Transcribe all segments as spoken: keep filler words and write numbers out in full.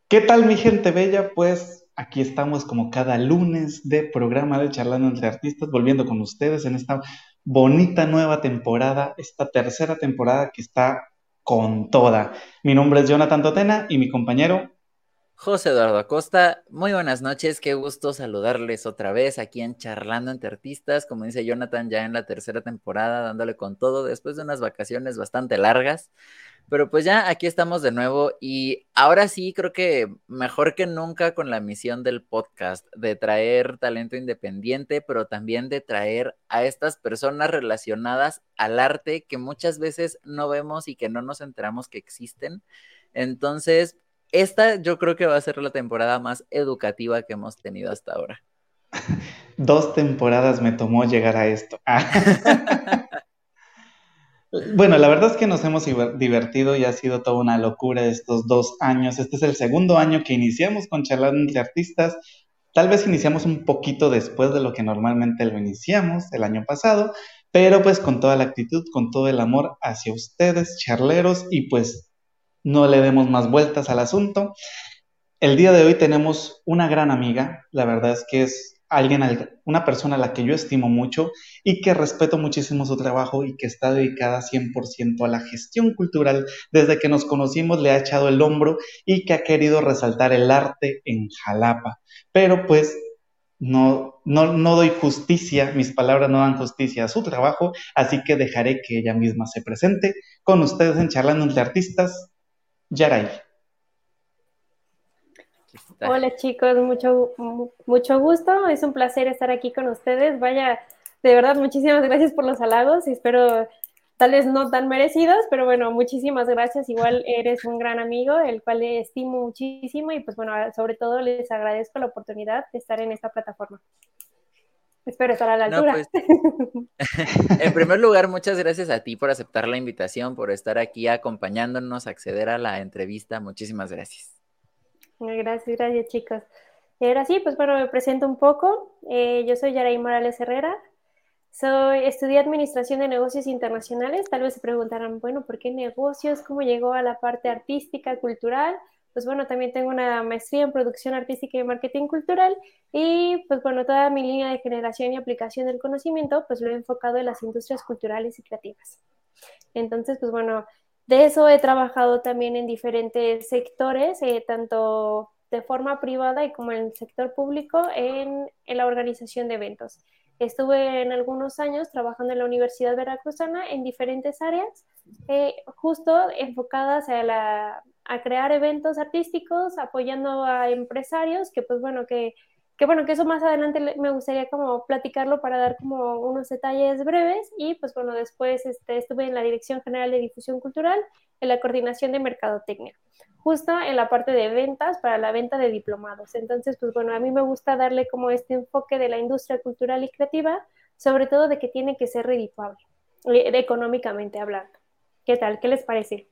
¿Qué tal, mi gente bella? Pues aquí estamos como cada lunes de programa de Charlando entre Artistas, volviendo con ustedes en esta bonita nueva temporada, esta tercera temporada que está con toda. Mi nombre es Jonathan Totena y mi compañero. José Eduardo Acosta, muy buenas noches, qué gusto saludarles otra vez aquí en Charlando entre Artistas, como dice Jonathan, ya en la tercera temporada, dándole con todo después de unas vacaciones bastante largas, pero pues ya aquí estamos de nuevo y ahora sí creo que mejor que nunca con la misión del podcast de traer talento independiente, pero también de traer a estas personas relacionadas al arte que muchas veces no vemos y que no nos enteramos que existen. Entonces, esta yo creo que va a ser la temporada más educativa que hemos tenido hasta ahora. Dos temporadas me tomó llegar a esto. Bueno, la verdad es que nos hemos diver- divertido y ha sido toda una locura estos dos años. Este es el segundo año que iniciamos con Charlando entre Artistas. Tal vez iniciamos un poquito después de lo que normalmente lo iniciamos el año pasado, pero pues con toda la actitud, con todo el amor hacia ustedes, charleros, y pues no le demos más vueltas al asunto. El día de hoy tenemos una gran amiga, la verdad es que es alguien, al- una persona a la que yo estimo mucho y que respeto muchísimo su trabajo y que está dedicada cien por ciento a la gestión cultural. Desde que nos conocimos le ha echado el hombro y que ha querido resaltar el arte en Jalapa. Pero pues no, no, no doy justicia, mis palabras no dan justicia a su trabajo, así que dejaré que ella misma se presente con ustedes en Charlando entre Artistas, Yaray. Aquí está. Hola chicos, mucho, mu- mucho gusto. Es un placer estar aquí con ustedes. Vaya, de verdad, muchísimas gracias por los halagos. Espero, tal vez no tan merecidos, pero bueno, muchísimas gracias. Igual eres un gran amigo, el cual le estimo muchísimo y pues bueno, sobre todo les agradezco la oportunidad de estar en esta plataforma. Espero estar a la No, altura. pues en primer lugar, muchas gracias a ti por aceptar la invitación, por estar aquí acompañándonos, acceder a la entrevista. Muchísimas gracias. Gracias, gracias chicos. Y ahora sí, pues bueno, me presento un poco. Eh, yo soy Yaray Morales Herrera. Soy, estudié Administración de Negocios Internacionales. Tal vez se preguntarán, bueno, ¿por qué negocios? ¿Cómo llegó a la parte artística, cultural? Pues bueno, también tengo una maestría en Producción Artística y Marketing Cultural y pues bueno, toda mi línea de generación y aplicación del conocimiento pues lo he enfocado en las industrias culturales y creativas. Entonces, pues bueno, de eso he trabajado también en diferentes sectores, eh, tanto de forma privada y como en el sector público, en, en la organización de eventos. Estuve en algunos años trabajando en la Universidad Veracruzana en diferentes áreas, eh, justo enfocadas a, la, a crear eventos artísticos, apoyando a empresarios que, pues bueno, que que bueno, que eso más adelante me gustaría como platicarlo para dar como unos detalles breves y pues bueno, después este, estuve en la Dirección General de Difusión Cultural, en la coordinación de mercadotecnia, justo en la parte de ventas para la venta de diplomados. Entonces, pues bueno, a mí me gusta darle como este enfoque de la industria cultural y creativa, sobre todo de que tiene que ser redituable, eh, económicamente hablando. ¿Qué tal? ¿Qué les parece?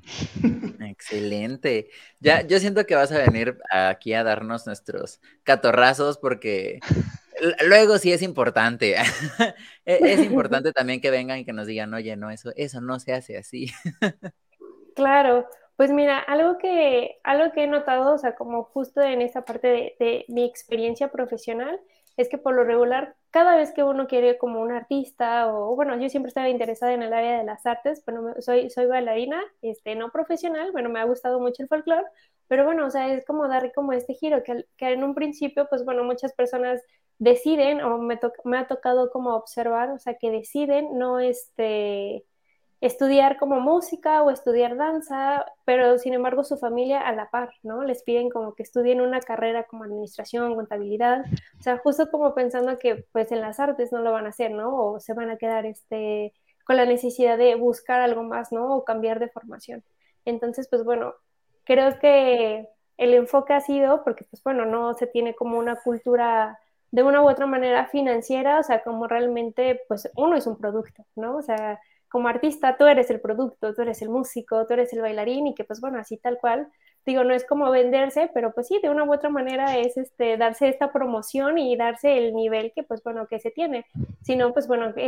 Excelente. Ya, yo siento que vas a venir aquí a darnos nuestros catorrazos porque l- luego sí es importante. E- Es importante también que vengan y que nos digan, oye, no, eso, eso no se hace así. Claro, pues mira, algo que, algo que he notado, o sea, como justo en esta parte de, de mi experiencia profesional, es que por lo regular, cada vez que uno quiere como un artista, o bueno, yo siempre estaba interesada en el área de las artes, pero me- soy, soy bailarina, este, no profesional, bueno, me ha gustado mucho el folclore, pero bueno, o sea, es como dar como este giro, que, al- que en un principio, pues bueno, muchas personas deciden, o me, to- me ha tocado como observar, o sea, que deciden no, este estudiar como música o estudiar danza, pero sin embargo su familia a la par, ¿no? Les piden como que estudien una carrera como administración, contabilidad, o sea, justo como pensando que pues en las artes no lo van a hacer, ¿no? O se van a quedar este, con la necesidad de buscar algo más, ¿no? O cambiar de formación. Entonces, pues bueno, creo que el enfoque ha sido, porque pues bueno, no se tiene como una cultura de una u otra manera financiera, o sea, como realmente pues uno es un producto, ¿no? O sea, como artista tú eres el producto, tú eres el músico, tú eres el bailarín y que pues bueno, así tal cual, digo, no es como venderse, pero pues sí, de una u otra manera es este, darse esta promoción y darse el nivel que pues bueno, que se tiene, sino pues bueno, eh,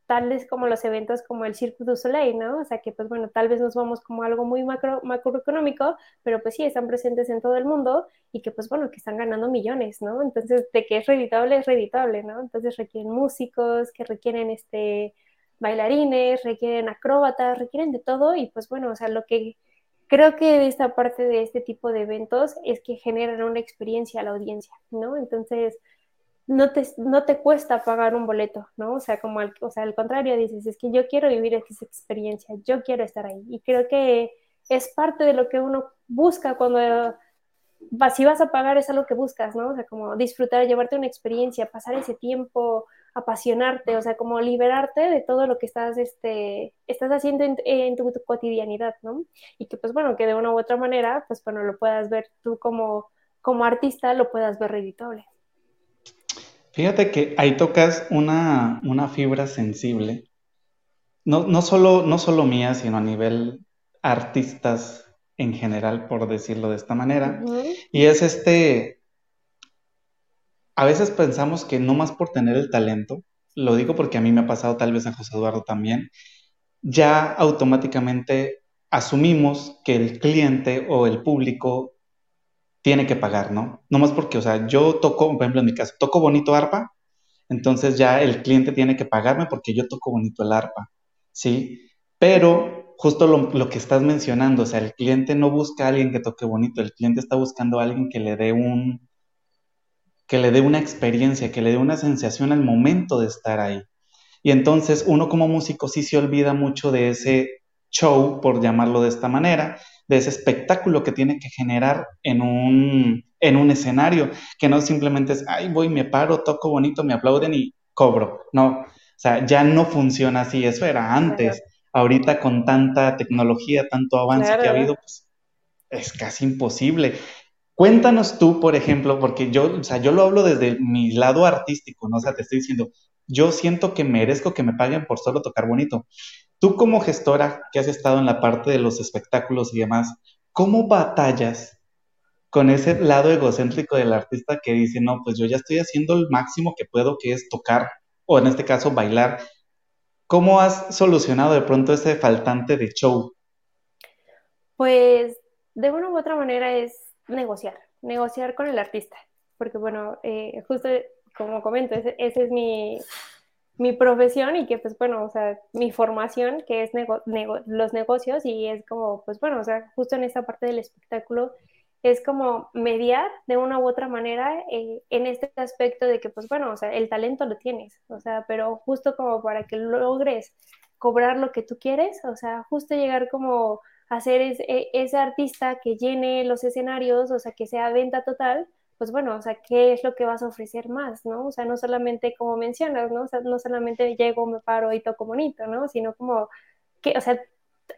tales como los eventos como el Cirque du Soleil, ¿no? O sea, que pues bueno, tal vez nos vamos como algo muy macro, macroeconómico, pero pues sí, están presentes en todo el mundo y que pues bueno, que están ganando millones, ¿no? Entonces, de que es reditable, es reditable, ¿no? Entonces requieren músicos, que requieren este bailarines, requieren acróbatas, requieren de todo y pues bueno, o sea, lo que creo que de esta parte de este tipo de eventos es que generan una experiencia a la audiencia, ¿no? Entonces, no te, no te cuesta pagar un boleto, ¿no? O sea, como al, o sea, al contrario, dices, es que yo quiero vivir esa experiencia, yo quiero estar ahí. Y creo que es parte de lo que uno busca cuando, va, si vas a pagar es algo que buscas, ¿no? O sea, como disfrutar, llevarte una experiencia, pasar ese tiempo, apasionarte, o sea, como liberarte de todo lo que estás, este, estás haciendo en, en tu, tu cotidianidad, ¿no? Y que pues bueno, que de una u otra manera, pues bueno, lo puedas ver tú como, como artista, lo puedas ver reditable. Fíjate que ahí tocas una, una fibra sensible, no, no solo, no solo mía, sino a nivel artistas en general, por decirlo de esta manera, Uh-huh. y es este, a veces pensamos que no más por tener el talento, lo digo porque a mí me ha pasado, tal vez a José Eduardo también, ya automáticamente asumimos que el cliente o el público tiene que pagar, ¿no? No más porque, o sea, yo toco, por ejemplo, en mi caso, toco bonito arpa, entonces ya el cliente tiene que pagarme porque yo toco bonito el arpa, ¿sí? Pero justo lo, lo que estás mencionando, o sea, el cliente no busca a alguien que toque bonito, el cliente está buscando a alguien que le dé un, que le dé una experiencia, que le dé una sensación al momento de estar ahí. Y entonces uno como músico sí se olvida mucho de ese show, por llamarlo de esta manera, de ese espectáculo que tiene que generar en un, en un escenario, que no simplemente es, ay, voy, me paro, toco bonito, me aplauden y cobro. No, o sea, ya no funciona así, eso era Claro, antes. Ahorita con tanta tecnología, tanto avance que ha claro. habido, pues es casi imposible. Cuéntanos tú, por ejemplo, porque yo, o sea, yo lo hablo desde mi lado artístico, ¿no? O sea, te estoy diciendo, yo siento que merezco que me paguen por solo tocar bonito. Tú como gestora que has estado en la parte de los espectáculos y demás, ¿cómo batallas con ese lado egocéntrico del artista que dice, no, pues yo ya estoy haciendo el máximo que puedo, que es tocar, o en este caso bailar? ¿Cómo has solucionado de pronto ese faltante de show? Pues de una u otra manera es negociar, negociar con el artista, porque bueno, eh, justo como comento, ese, ese es mi, mi profesión y que pues bueno, o sea, mi formación que es nego nego los negocios y es como, pues bueno, o sea, justo en esta parte del espectáculo es como mediar de una u otra manera eh, en este aspecto de que pues bueno, o sea, el talento lo tienes, o sea, pero justo como para que logres cobrar lo que tú quieres, o sea, justo llegar como a ser es, e, ese artista que llene los escenarios, o sea, que sea venta total, pues bueno, o sea, ¿qué es lo que vas a ofrecer más, no? O sea, no solamente como mencionas, ¿no? O sea, no solamente llego, me paro y toco bonito, ¿no? Sino como que, o sea,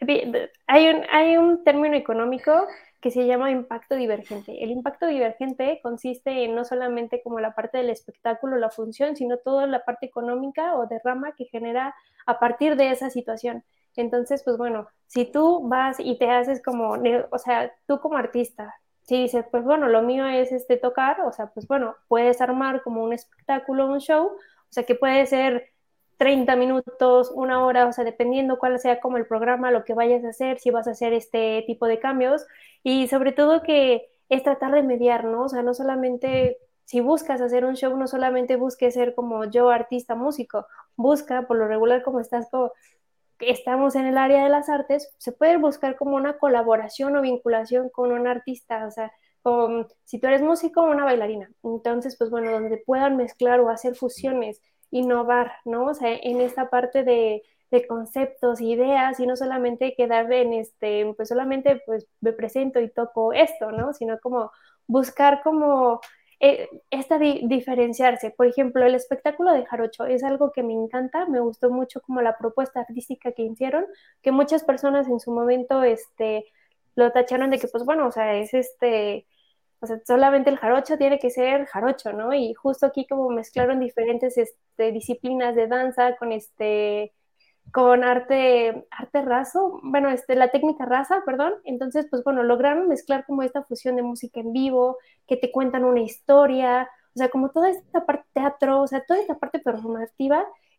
hay un, hay un término económico que se llama impacto divergente. El impacto divergente consiste en no solamente como la parte del espectáculo, la función, sino toda la parte económica o derrama que genera a partir de esa situación. Entonces, pues bueno, si tú vas y te haces como, o sea, tú como artista, si dices, pues bueno, lo mío es este tocar, o sea, pues bueno, puedes armar como un espectáculo, un show, o sea, que puede ser treinta minutos, una hora, o sea, dependiendo cuál sea como el programa, lo que vayas a hacer, si vas a hacer este tipo de cambios, y sobre todo que es tratar de mediar, ¿no? O sea, no solamente, si buscas hacer un show, no solamente busques ser como yo, artista, músico, busca, por lo regular, como estás como estamos en el área de las artes, se puede buscar como una colaboración o vinculación con un artista, o sea, con, si tú eres músico, una bailarina. Entonces, pues bueno, donde puedan mezclar o hacer fusiones, innovar, ¿no? O sea, en esta parte de, de conceptos, ideas, y no solamente quedar en este, pues solamente pues me presento y toco esto, ¿no? Sino como buscar como eh, esta di diferenciarse. Por ejemplo, el espectáculo de Jarocho es algo que me encanta, me gustó mucho como la propuesta artística que hicieron, que muchas personas en su momento este, lo tacharon de que, pues bueno, o sea, es este, o sea, solamente el jarocho tiene que ser jarocho, ¿no? Y justo aquí como mezclaron diferentes este, disciplinas de danza con este con arte, arte raso, bueno, este, la técnica raza, perdón. Entonces, pues bueno, lograron mezclar como esta fusión de música en vivo, que te cuentan una historia, o sea, como toda esta parte teatro, o sea, toda esta parte performativa,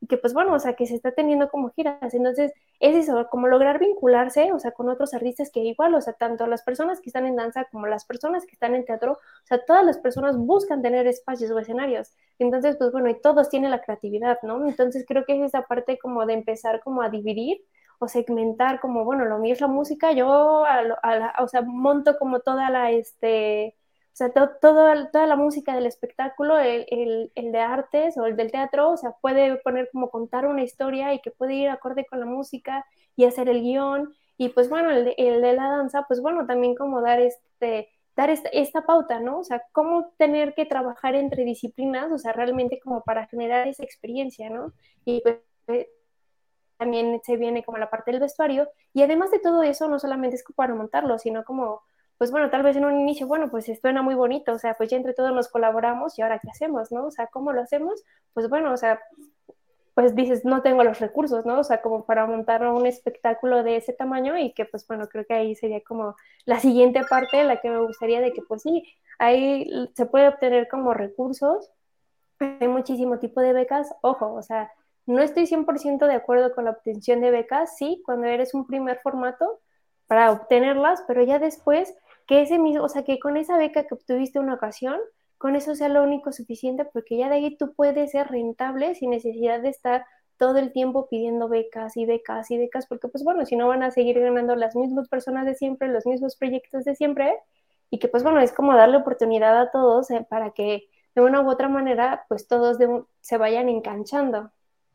y que pues bueno, o sea, que se está teniendo como giras. Entonces, es eso, como lograr vincularse, o sea, con otros artistas que igual, o sea, tanto las personas que están en danza como las personas que están en teatro, o sea, todas las personas buscan tener espacios o escenarios. Entonces, pues bueno, y todos tienen la creatividad, ¿no? Entonces, creo que es esa parte como de empezar como a dividir o segmentar como, bueno, lo mío es la música, yo, a, a la, o sea, monto como toda la, este, o sea, to, todo, toda la música del espectáculo, el, el, el de artes o el del teatro, o sea, puede poner como contar una historia y que puede ir acorde con la música y hacer el guión. Y pues bueno, el de, el de la danza, pues bueno, también como dar este dar esta, esta pauta, ¿no? O sea, cómo tener que trabajar entre disciplinas, o sea, realmente como para generar esa experiencia, ¿no? Y pues también se viene como la parte del vestuario, y además de todo eso, no solamente es para montarlo, sino como, pues bueno, tal vez en un inicio, bueno, pues suena muy bonito, o sea, pues ya entre todos nos colaboramos, y ahora qué hacemos, ¿no? O sea, ¿cómo lo hacemos? Pues bueno, o sea, pues dices, no tengo los recursos, ¿no? O sea, como para montar un espectáculo de ese tamaño, y que pues bueno, creo que ahí sería como la siguiente parte, la que me gustaría de que pues sí, ahí se puede obtener como recursos, hay muchísimo tipo de becas, ojo, o sea, no estoy cien por ciento de acuerdo con la obtención de becas, sí, cuando eres un primer formato para obtenerlas, pero ya después que ese mismo, o sea, que con esa beca que obtuviste una ocasión, con eso sea lo único suficiente, porque ya de ahí tú puedes ser rentable sin necesidad de estar todo el tiempo pidiendo becas y becas y becas, porque pues bueno, si no van a seguir ganando las mismas personas de siempre, los mismos proyectos de siempre, y que pues bueno, es como darle oportunidad a todos eh, para que de una u otra manera, pues todos de un, se vayan enganchando.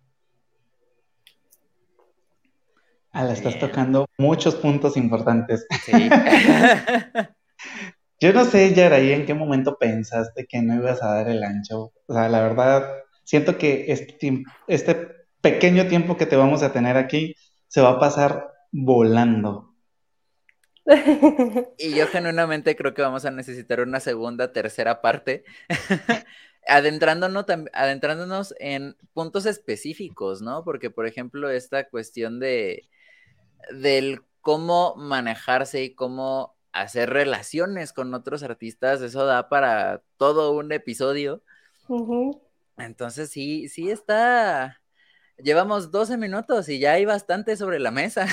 Ah, le estás tocando muchos puntos importantes. Sí. Yo no sé, Yaraí, en qué momento pensaste que no ibas a dar el ancho. O sea, la verdad, siento que este, este pequeño tiempo que te vamos a tener aquí se va a pasar volando. Y yo genuinamente creo que vamos a necesitar una segunda, tercera parte, adentrándonos, adentrándonos en puntos específicos, ¿no? Porque, por ejemplo, esta cuestión de del cómo manejarse y cómo hacer relaciones con otros artistas, eso da para todo un episodio. Uh-huh. Entonces sí, sí está. Llevamos doce minutos y ya hay bastante sobre la mesa.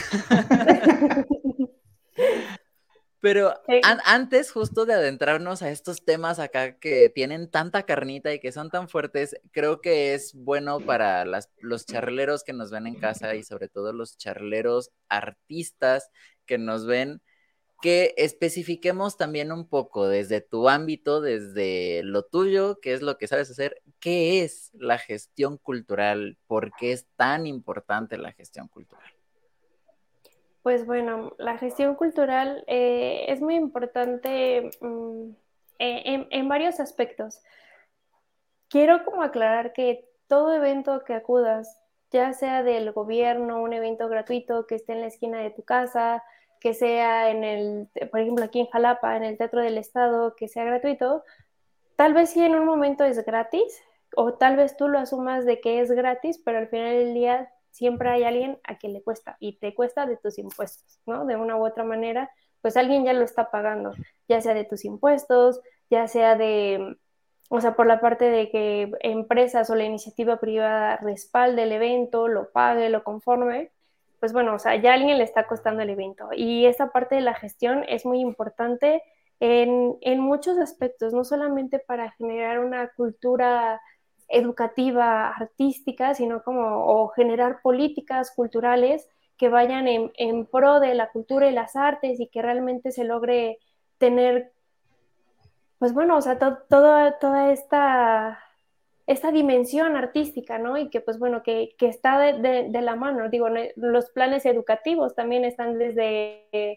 Pero an antes justo de adentrarnos a estos temas acá que tienen tanta carnita y que son tan fuertes, creo que es bueno para las, los charleros que nos ven en casa y sobre todo los charleros artistas que nos ven, que especifiquemos también un poco desde tu ámbito, desde lo tuyo, qué es lo que sabes hacer, qué es la gestión cultural, por qué es tan importante la gestión cultural. Pues bueno, la gestión cultural eh, es muy importante um, en, en varios aspectos. Quiero como aclarar que todo evento que acudas, ya sea del gobierno, un evento gratuito que esté en la esquina de tu casa, que sea en el, por ejemplo, aquí en Jalapa, en el Teatro del Estado, que sea gratuito, tal vez sí en un momento es gratis, o tal vez tú lo asumas de que es gratis, pero al final del día siempre hay alguien a quien le cuesta, y te cuesta de tus impuestos, ¿no? De una u otra manera, pues alguien ya lo está pagando, ya sea de tus impuestos, ya sea de, o sea, por la parte de que empresas o la iniciativa privada respalde el evento, lo pague, lo conforme, pues bueno, o sea, ya a alguien le está costando el evento. Y esta parte de la gestión es muy importante en, en muchos aspectos, no solamente para generar una cultura educativa, artística, sino como o generar políticas culturales que vayan en, en pro de la cultura y las artes y que realmente se logre tener, pues bueno, o sea, to, todo, toda esta, esta dimensión artística, ¿no? Y que pues bueno, que, que está de, de, de la mano, digo, ¿no? Los planes educativos también están desde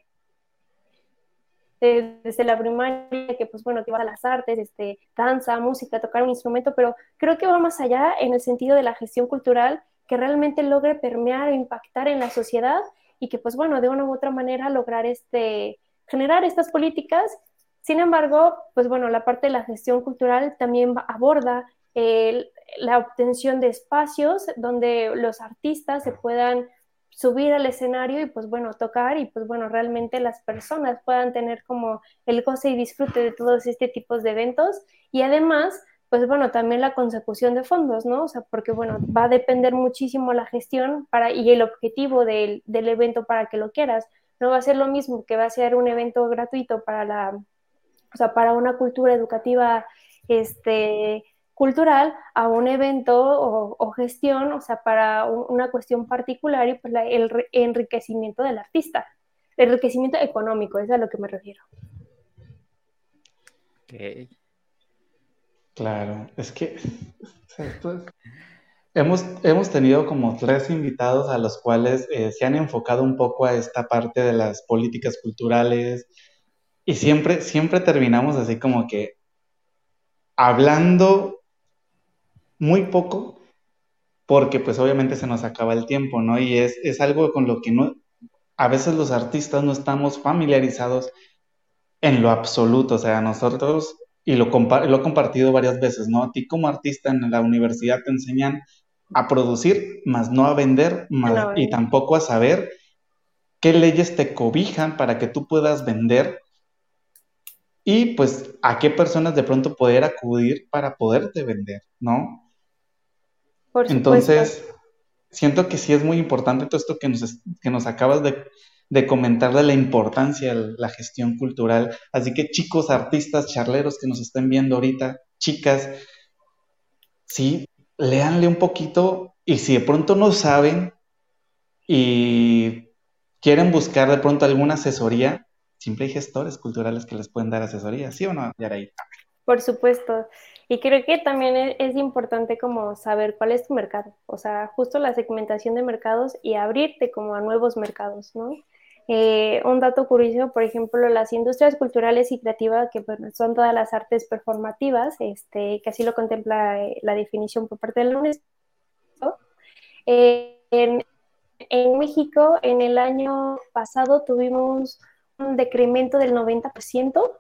desde la primaria, que pues bueno, que va a las artes, este, danza, música, tocar un instrumento, pero creo que va más allá en el sentido de la gestión cultural, que realmente logre permear o impactar en la sociedad y que pues bueno, de una u otra manera lograr este, generar estas políticas. Sin embargo, pues bueno, la parte de la gestión cultural también aborda el, la obtención de espacios donde los artistas se puedan subir al escenario y pues bueno, tocar y pues bueno, realmente las personas puedan tener como el goce y disfrute de todos este tipos de eventos y además pues bueno, también la consecución de fondos, ¿no? O sea, porque bueno, va a depender muchísimo la gestión para, y el objetivo del, del evento para que lo quieras. No va a ser lo mismo que va a ser un evento gratuito para la, o sea, para una cultura educativa, este, cultural, a un evento o, o gestión, o sea, para un, una cuestión particular y pues la, el re, enriquecimiento del artista, el enriquecimiento económico, es a lo que me refiero. Ok. Claro, es que pues, hemos, hemos tenido como tres invitados a los cuales eh, se han enfocado un poco a esta parte de las políticas culturales y siempre, siempre terminamos así como que hablando muy poco porque pues obviamente se nos acaba el tiempo, ¿no? Y es, es algo con lo que no, a veces los artistas no estamos familiarizados en lo absoluto, o sea, nosotros, y lo, compa- lo he compartido varias veces, ¿no? A ti como artista en la universidad te enseñan a producir, más no a vender, más, No, y eh, tampoco a saber qué leyes te cobijan para que tú puedas vender y pues a qué personas de pronto poder acudir para poderte vender, ¿no? por supuesto. Entonces, siento que sí es muy importante todo esto que nos, es- que nos acabas de, de comentar de la importancia de la gestión cultural. Así que chicos, artistas, charleros que nos estén viendo ahorita, chicas, sí, léanle un poquito y si de pronto no saben y quieren buscar de pronto alguna asesoría, siempre hay gestores culturales que les pueden dar asesoría, ¿sí o no, Yaray? Por supuesto. Y creo que también es, es importante como saber cuál es tu mercado, o sea, justo la segmentación de mercados y abrirte como a nuevos mercados, ¿no? Eh, un dato curioso, por ejemplo, las industrias culturales y creativas, que bueno, son todas las artes performativas, este, que así lo contempla eh, la definición por parte de la UNESCO, eh, en, en México, en el año pasado tuvimos un decremento del noventa por ciento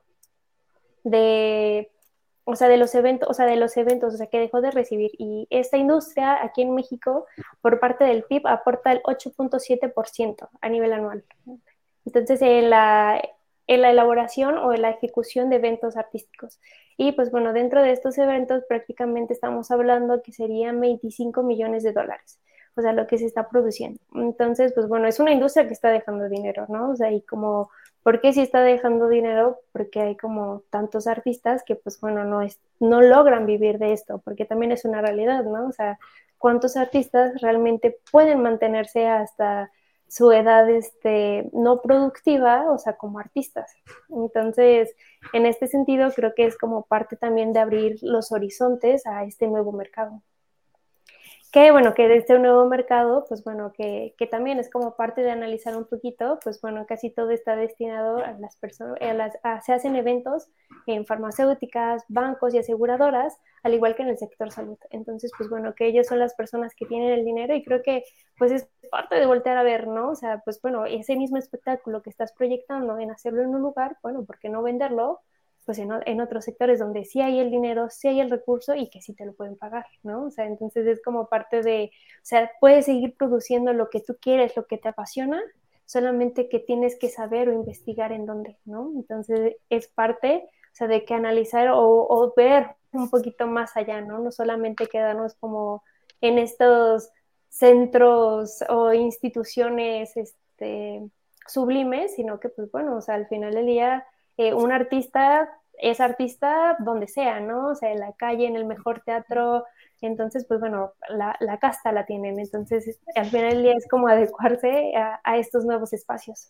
de, o sea, de los eventos, o sea, de los eventos, o sea, que dejó de recibir. Y esta industria aquí en México, por parte del P I B, aporta el ocho punto siete por ciento a nivel anual. Entonces, en la, en la elaboración o en la ejecución de eventos artísticos. Y pues bueno, dentro de estos eventos prácticamente estamos hablando que serían veinticinco millones de dólares, o sea, lo que se está produciendo. Entonces, pues bueno, es una industria que está dejando dinero, ¿no? O sea, y como, ¿por qué sí está dejando dinero? Porque hay como tantos artistas que pues bueno, no, es, no logran vivir de esto, porque también es una realidad, ¿no? O sea, ¿cuántos artistas realmente pueden mantenerse hasta su edad este, no productiva, o sea, como artistas? Entonces, en este sentido, creo que es como parte también de abrir los horizontes a este nuevo mercado. Que bueno, que de este nuevo mercado, pues bueno, que, que también es como parte de analizar un poquito, pues bueno, casi todo está destinado a las personas, a las, a, se hacen eventos en farmacéuticas, bancos y aseguradoras, al igual que en el sector salud. Entonces, pues bueno, que ellas son las personas que tienen el dinero y creo que pues es parte de voltear a ver, ¿no? O sea, pues bueno, ese mismo espectáculo que estás proyectando en hacerlo en un lugar, bueno, ¿por qué no venderlo? Pues en, en, otros sectores donde sí hay el dinero, sí hay el recurso y que sí te lo pueden pagar, ¿no? O sea, entonces es como parte de, o sea, puedes seguir produciendo lo que tú quieres, lo que te apasiona, solamente que tienes que saber o investigar en dónde, ¿no? Entonces es parte, o sea, de que analizar o, o ver un poquito más allá, ¿no? No solamente quedarnos como en estos centros o instituciones este, sublimes, sino que, pues bueno, o sea, al final del día eh, un artista es artista donde sea, ¿no? O sea, en la calle, en el mejor teatro, entonces, pues bueno, la, la casta la tienen, entonces al final del día es como adecuarse a, a estos nuevos espacios.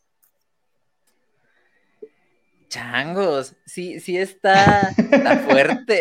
Changos, sí, sí está, está fuerte.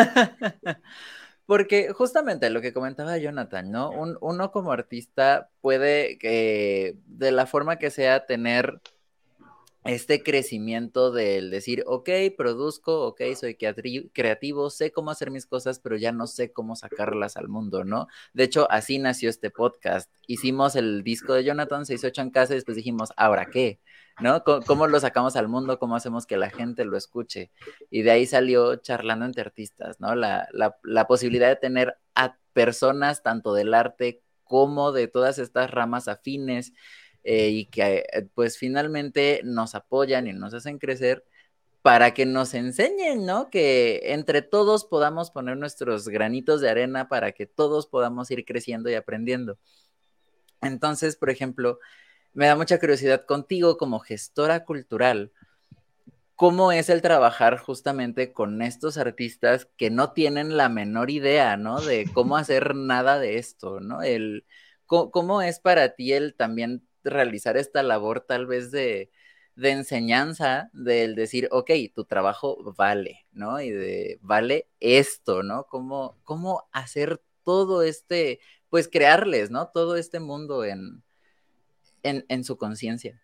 Porque justamente lo que comentaba Jonathan, ¿no? Un, uno como artista puede, eh, de la forma que sea, tener este crecimiento del decir, ok, produzco, ok, soy creativo, sé cómo hacer mis cosas, pero ya no sé cómo sacarlas al mundo, ¿no? De hecho, así nació este podcast. Hicimos el disco de Jonathan, se hizo ocho en casa y después dijimos, ¿ahora qué? ¿No? ¿Cómo, cómo lo sacamos al mundo? ¿Cómo hacemos que la gente lo escuche? Y de ahí salió Charlando entre Artistas, ¿no? La, la, la posibilidad de tener a personas tanto del arte como de todas estas ramas afines, eh, y que pues finalmente nos apoyan y nos hacen crecer para que nos enseñen, ¿no? Que entre todos podamos poner nuestros granitos de arena para que todos podamos ir creciendo y aprendiendo. Entonces, por ejemplo, me da mucha curiosidad contigo como gestora cultural, ¿cómo es el trabajar justamente con estos artistas que no tienen la menor idea, ¿no? De cómo hacer nada de esto, ¿no? El, ¿cómo, cómo es para ti el también realizar esta labor tal vez de, de enseñanza, del decir, ok, tu trabajo vale, ¿no? Y de, vale esto, ¿no? ¿Cómo, cómo hacer todo este, pues crearles, ¿no? Todo este mundo en, en, en su conciencia.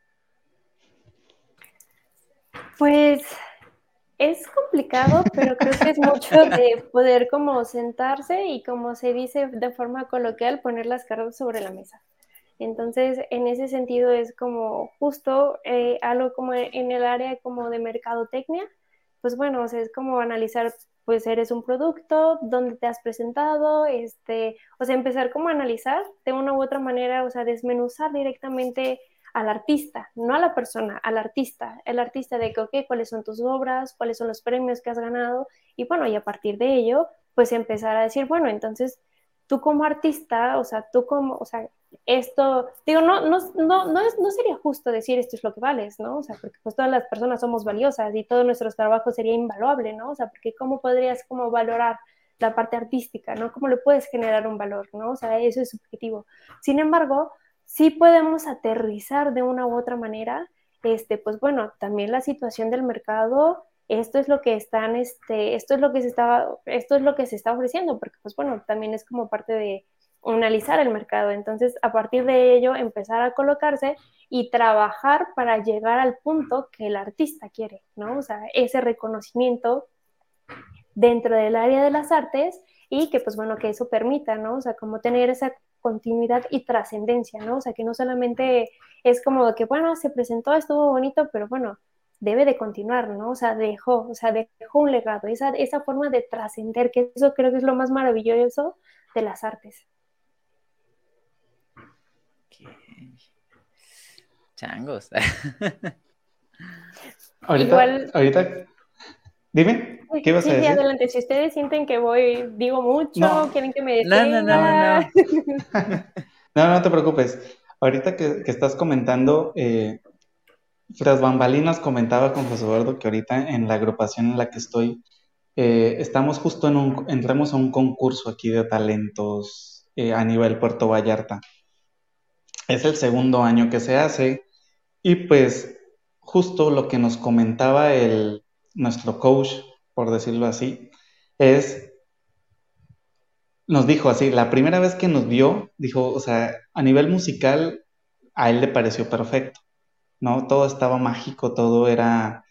Pues es complicado, pero creo que es mucho de poder como sentarse y, como se dice de forma coloquial, poner las cartas sobre la mesa. Entonces, en ese sentido es como justo eh, algo como en el área como de mercadotecnia, pues bueno, o sea, es como analizar, pues eres un producto, dónde te has presentado, este, o sea, empezar como a analizar de una u otra manera, o sea, desmenuzar directamente al artista, no a la persona, al artista, el artista de que, ok, cuáles son tus obras, cuáles son los premios que has ganado, y bueno, y a partir de ello, pues empezar a decir, bueno, entonces tú como artista, o sea, tú como, o sea, esto, digo, no, no, no, no, es, no sería justo decir esto es lo que vales, ¿no? O sea, porque pues todas las personas somos valiosas y todo nuestro trabajo sería invaluable, ¿no? O sea, porque ¿cómo podrías como valorar la parte artística, ¿no? ¿Cómo le puedes generar un valor, ¿no? O sea, eso es subjetivo. Sin embargo, sí podemos aterrizar de una u otra manera, este, pues bueno, también la situación del mercado, esto es lo que están, este, esto es lo que se está, esto es lo que se está ofreciendo, porque pues bueno, también es como parte de analizar el mercado. Entonces, a partir de ello, empezar a colocarse y trabajar para llegar al punto que el artista quiere, ¿no? O sea, ese reconocimiento dentro del área de las artes y que, pues bueno, que eso permita, ¿no? O sea, como tener esa continuidad y trascendencia, ¿no? O sea, que no solamente es como que, bueno, se presentó, estuvo bonito, pero bueno, debe de continuar, ¿no? O sea, dejó, o sea, dejó un legado, esa, esa forma de trascender, que eso creo que es lo más maravilloso de las artes. Okay. Changos. Ahorita, Igual, ahorita, dime, ¿qué ibas a sí, sí, decir? adelante. Si ustedes sienten que voy, digo mucho, No, quieren que me No, no, no, no, detenga. no. no, no te preocupes. Ahorita que, que estás comentando, eh, tras bambalinas comentaba con José Eduardo que ahorita en la agrupación en la que estoy, eh, estamos justo en un, entramos a un concurso aquí de talentos eh, a nivel Puerto Vallarta. Es el segundo año que se hace y pues justo lo que nos comentaba el, nuestro coach, por decirlo así, es, nos dijo así, la primera vez que nos vio, dijo, o sea, a nivel musical, a él le pareció perfecto, ¿no? Todo estaba mágico, todo era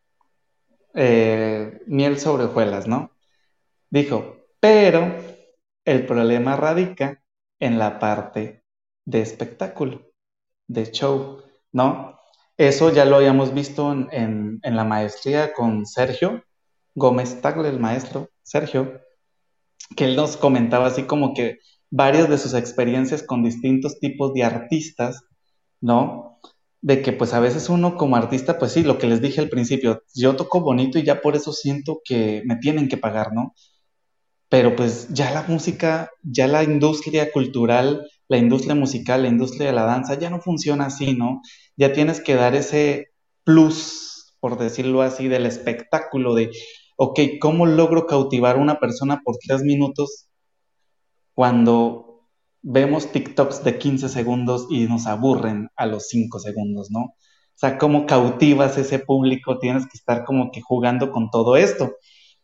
eh, miel sobre hojuelas, ¿no? Dijo, pero el problema radica en la parte de espectáculo, de show, ¿no? Eso ya lo habíamos visto en, en, en la maestría con Sergio Gómez Tagle, el maestro Sergio, que él nos comentaba así como que varias de sus experiencias con distintos tipos de artistas, ¿no? De que pues a veces uno como artista, pues sí, lo que les dije al principio, yo toco bonito y ya por eso siento que me tienen que pagar, ¿no? Pero pues ya la música, ya la industria cultural, la industria musical, la industria de la danza ya no funciona así, ¿no? Ya tienes que dar ese plus, por decirlo así, del espectáculo de, ok, ¿cómo logro cautivar a una persona por tres minutos cuando vemos TikToks de quince segundos y nos aburren a los cinco segundos, ¿no? O sea, ¿cómo cautivas ese público? Tienes que estar como que jugando con todo esto.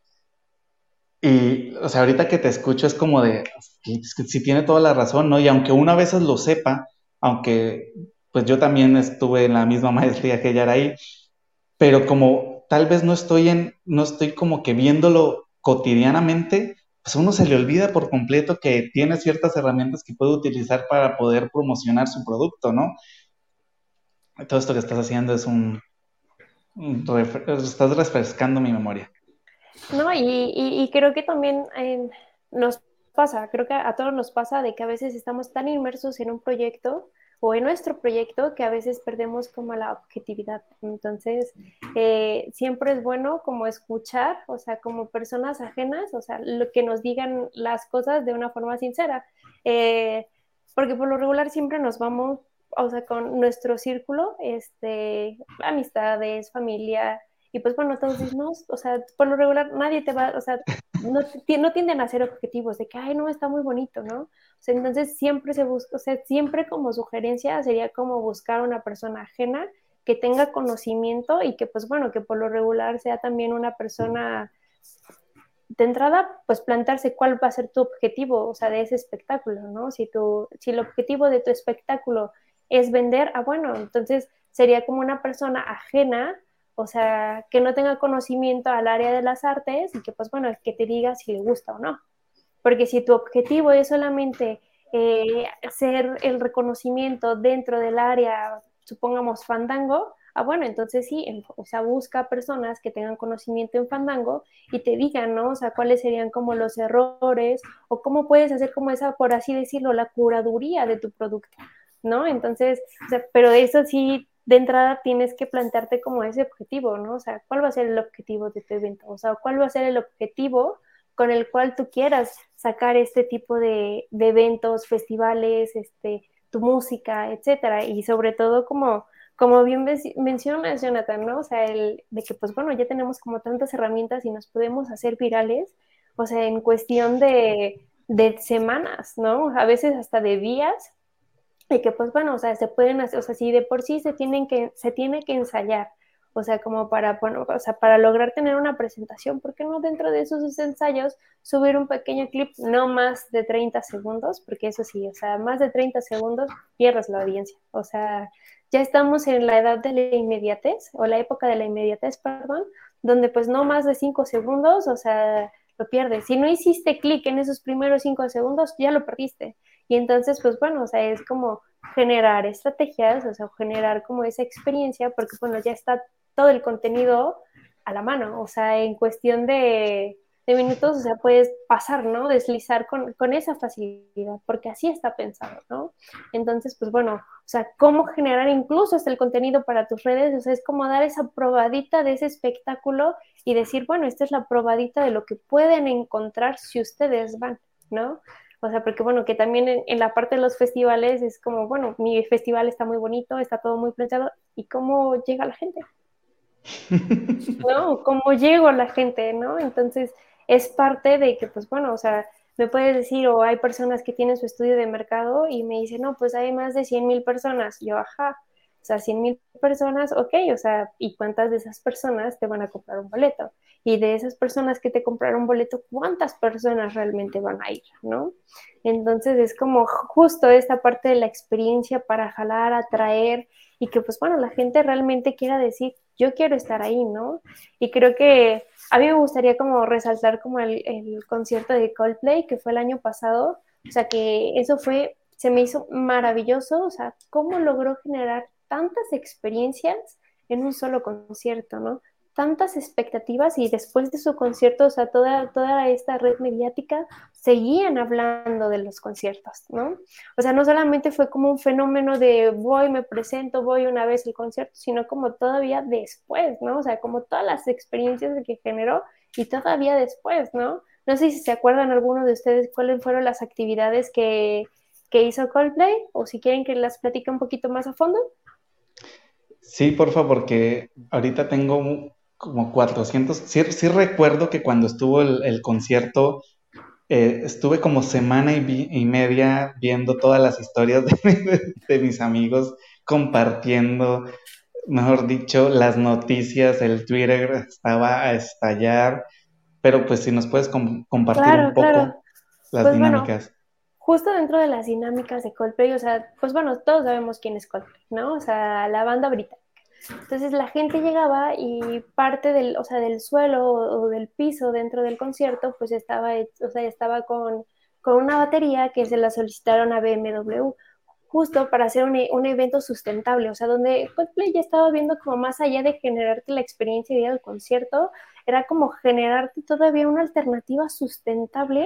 Y, o sea, ahorita que te escucho es como de, es que sí tiene toda la razón, ¿no? Y aunque uno a veces lo sepa, aunque pues yo también estuve en la misma maestría que ella era ahí, pero como tal vez no estoy en, no estoy como que viéndolo cotidianamente, pues a uno se le olvida por completo que tiene ciertas herramientas que puede utilizar para poder promocionar su producto, ¿no? Todo esto que estás haciendo es un, un ref- estás refrescando mi memoria. No, y, y, y creo que también eh, nos pasa, creo que a todos nos pasa de que a veces estamos tan inmersos en un proyecto o en nuestro proyecto que a veces perdemos como la objetividad. Entonces, eh, siempre es bueno como escuchar, o sea, como personas ajenas, o sea, lo que nos digan las cosas de una forma sincera. Eh, porque por lo regular siempre nos vamos, o sea, con nuestro círculo, este, amistades, familia, y pues bueno, todos dicen, no, o sea, por lo regular nadie te va, o sea, no, no tienden a ser objetivos de que, ay, no, está muy bonito, ¿no? O sea, entonces siempre se busca, o sea, siempre como sugerencia sería como buscar una persona ajena que tenga conocimiento y que pues bueno, que por lo regular sea también una persona de entrada, pues plantearse cuál va a ser tu objetivo, o sea, de ese espectáculo, ¿no? Si, tu, si el objetivo de tu espectáculo es vender, ah, bueno, entonces sería como una persona ajena, o sea, que no tenga conocimiento al área de las artes y que, pues bueno, que te diga si le gusta o no. Porque si tu objetivo es solamente eh, hacer el reconocimiento dentro del área, supongamos fandango, ah, bueno, entonces sí, en, o sea, busca personas que tengan conocimiento en fandango y te digan, ¿no? O sea, cuáles serían como los errores o cómo puedes hacer como esa, por así decirlo, la curaduría de tu producto, ¿no? Entonces, o sea, pero eso sí, de entrada tienes que plantearte como ese objetivo, ¿no? O sea, ¿cuál va a ser el objetivo de tu evento? O sea, ¿cuál va a ser el objetivo con el cual tú quieras sacar este tipo de, de eventos, festivales, este, tu música, etcétera? Y sobre todo como, como bien mencionas, Jonathan, ¿no? O sea, el de que pues bueno, ya tenemos como tantas herramientas y nos podemos hacer virales, o sea, en cuestión de, de semanas, ¿no? A veces hasta de días, y que pues bueno, o sea, se pueden hacer, o sea, si de por sí se tienen que, se tiene que ensayar, o sea, como para, bueno, o sea, para lograr tener una presentación, ¿por qué no dentro de esos ensayos subir un pequeño clip, no más de treinta segundos? Porque eso sí, o sea, más de treinta segundos pierdes la audiencia, o sea, ya estamos en la edad de la inmediatez, o la época de la inmediatez, perdón, donde pues no más de cinco segundos, o sea, lo pierdes. Si no hiciste clic en esos primeros cinco segundos, ya lo perdiste. Y entonces, pues bueno, o sea, es como generar estrategias, o sea, generar como esa experiencia, porque bueno, ya está todo el contenido a la mano, o sea, en cuestión de, de minutos, o sea, puedes pasar, ¿no? Deslizar con, con esa facilidad, porque así está pensado, ¿no? Entonces, pues bueno, o sea, cómo generar incluso hasta el contenido para tus redes, o sea, es como dar esa probadita de ese espectáculo y decir, bueno, esta es la probadita de lo que pueden encontrar si ustedes van, ¿no? O sea, porque bueno, que también en, en, la parte de los festivales es como, bueno, mi festival está muy bonito, está todo muy planchado, ¿y cómo llega la gente? ¿No? ¿Cómo llego a la gente? ¿No? Entonces, es parte de que, pues bueno, o sea, me puedes decir, o hay personas que tienen su estudio de mercado y me dicen, no, pues hay más de cien mil personas. Yo, ajá, o sea, cien mil personas, ok, o sea, ¿y cuántas de esas personas te van a comprar un boleto? Y de esas personas que te compraron un boleto, ¿cuántas personas realmente van a ir? ¿No? Entonces, es como justo esta parte de la experiencia para jalar, atraer y que, pues bueno, la gente realmente quiera decir, yo quiero estar ahí, ¿no? Y creo que a mí me gustaría como resaltar como el, el concierto de Coldplay que fue el año pasado, o sea que eso fue, se me hizo maravilloso, o sea, cómo logró generar tantas experiencias en un solo concierto, ¿no? Tantas expectativas y después de su concierto, o sea, toda, toda esta red mediática seguían hablando de los conciertos, ¿no? O sea, no solamente fue como un fenómeno de voy, me presento, voy una vez al concierto, sino como todavía después, ¿no? O sea, como todas las experiencias que generó y todavía después, ¿no? No sé si se acuerdan alguno de ustedes cuáles fueron las actividades que, que hizo Coldplay o si quieren que las platique un poquito más a fondo. Sí, por favor, porque ahorita tengo como cuatrocientos. Sí, sí recuerdo que cuando estuvo el, el concierto, eh, estuve como semana y, vi- y media viendo todas las historias de, de- de mis amigos, compartiendo, mejor dicho, las noticias, el Twitter estaba a estallar, pero pues si nos puedes com- compartir un Claro, claro. poco las Pues bueno, dinámicas. justo dentro de las dinámicas de Coldplay, o sea, pues bueno, todos sabemos quién es Coldplay, ¿no? O sea, la banda británica. Entonces la gente llegaba y parte del, o sea, del suelo o del piso dentro del concierto, pues estaba, o sea, estaba con, con una batería que se la solicitaron a B M W, justo para hacer un, un evento sustentable, o sea, donde Coldplay ya estaba viendo como más allá de generarte la experiencia de ir al concierto, era como generarte todavía una alternativa sustentable,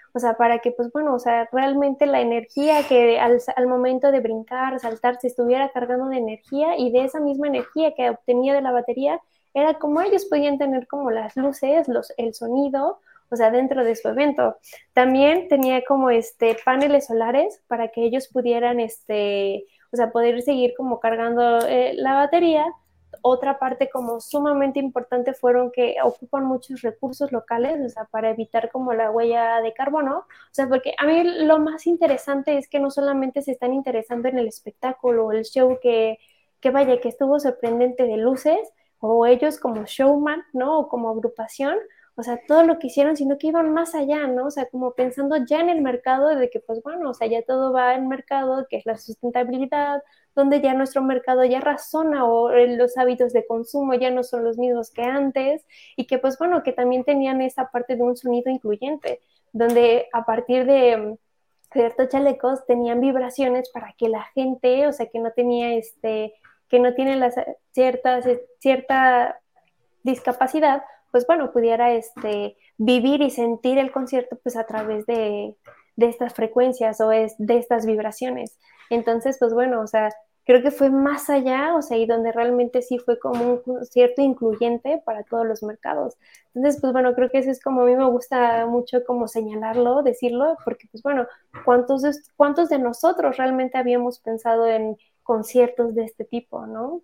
O sea, para que, pues bueno, o sea, realmente la energía que al, al momento de brincar, saltar, se estuviera cargando de energía y de esa misma energía que obtenía de la batería, era como ellos podían tener como las luces, los, el sonido, o sea, dentro de su evento. También tenía como este paneles solares para que ellos pudieran, este, o sea, poder seguir como cargando eh, la batería. Otra parte como sumamente importante fueron que ocupan muchos recursos locales, o sea, para evitar como la huella de carbono, o sea, porque a mí lo más interesante es que no solamente se están interesando en el espectáculo o el show que, que vaya, que estuvo sorprendente de luces, o ellos como showman, ¿no? O como agrupación, o sea, todo lo que hicieron, sino que iban más allá, ¿no? O sea, como pensando ya en el mercado de que, pues bueno, o sea, ya todo va en mercado, que es la sustentabilidad, donde ya nuestro mercado ya razona o los hábitos de consumo ya no son los mismos que antes y que pues bueno, que también tenían esa parte de un sonido incluyente, donde a partir de ciertos chalecos tenían vibraciones para que la gente, o sea, que no tenía este, que no tiene las ciertas, cierta discapacidad, pues bueno, pudiera este, vivir y sentir el concierto pues a través de, de estas frecuencias o es, de estas vibraciones. Entonces, pues bueno, o sea, creo que fue más allá, o sea, y donde realmente sí fue como un concierto incluyente para todos los mercados. Entonces, pues bueno, creo que eso es como a mí me gusta mucho como señalarlo, decirlo, porque pues bueno, ¿cuántos de, cuántos de nosotros realmente habíamos pensado en conciertos de este tipo, ¿no?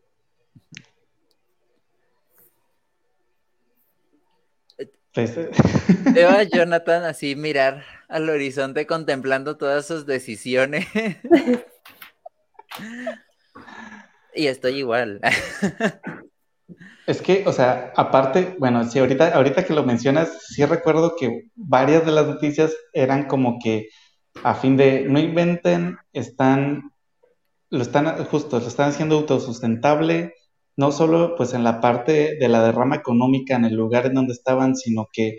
Pues, Veo a Jonathan así mirar al horizonte contemplando todas sus decisiones. Y estoy igual. es que, o sea, aparte, bueno, sí, ahorita, ahorita que lo mencionas, sí recuerdo que varias de las noticias eran como que a fin de no inventen, están, lo están, justo, lo están haciendo autosustentable, no solo pues en la parte de la derrama económica en el lugar en donde estaban, sino que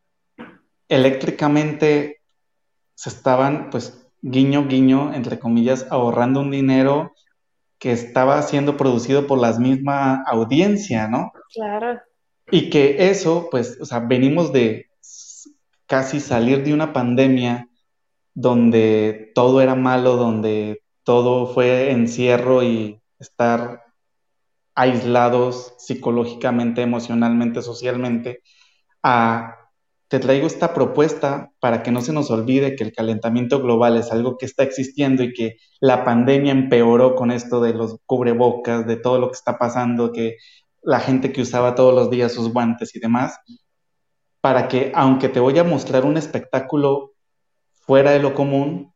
eléctricamente se estaban, pues, guiño, guiño, entre comillas, ahorrando un dinero que estaba siendo producido por la misma audiencia, ¿no? Claro. Y que eso, pues, o sea, venimos de casi salir de una pandemia donde todo era malo, donde todo fue encierro y estar aislados psicológicamente, emocionalmente, socialmente, a te traigo esta propuesta para que no se nos olvide que el calentamiento global es algo que está existiendo y que la pandemia empeoró con esto de los cubrebocas, de todo lo que está pasando, que la gente que usaba todos los días sus guantes y demás, para que aunque te voy a mostrar un espectáculo fuera de lo común,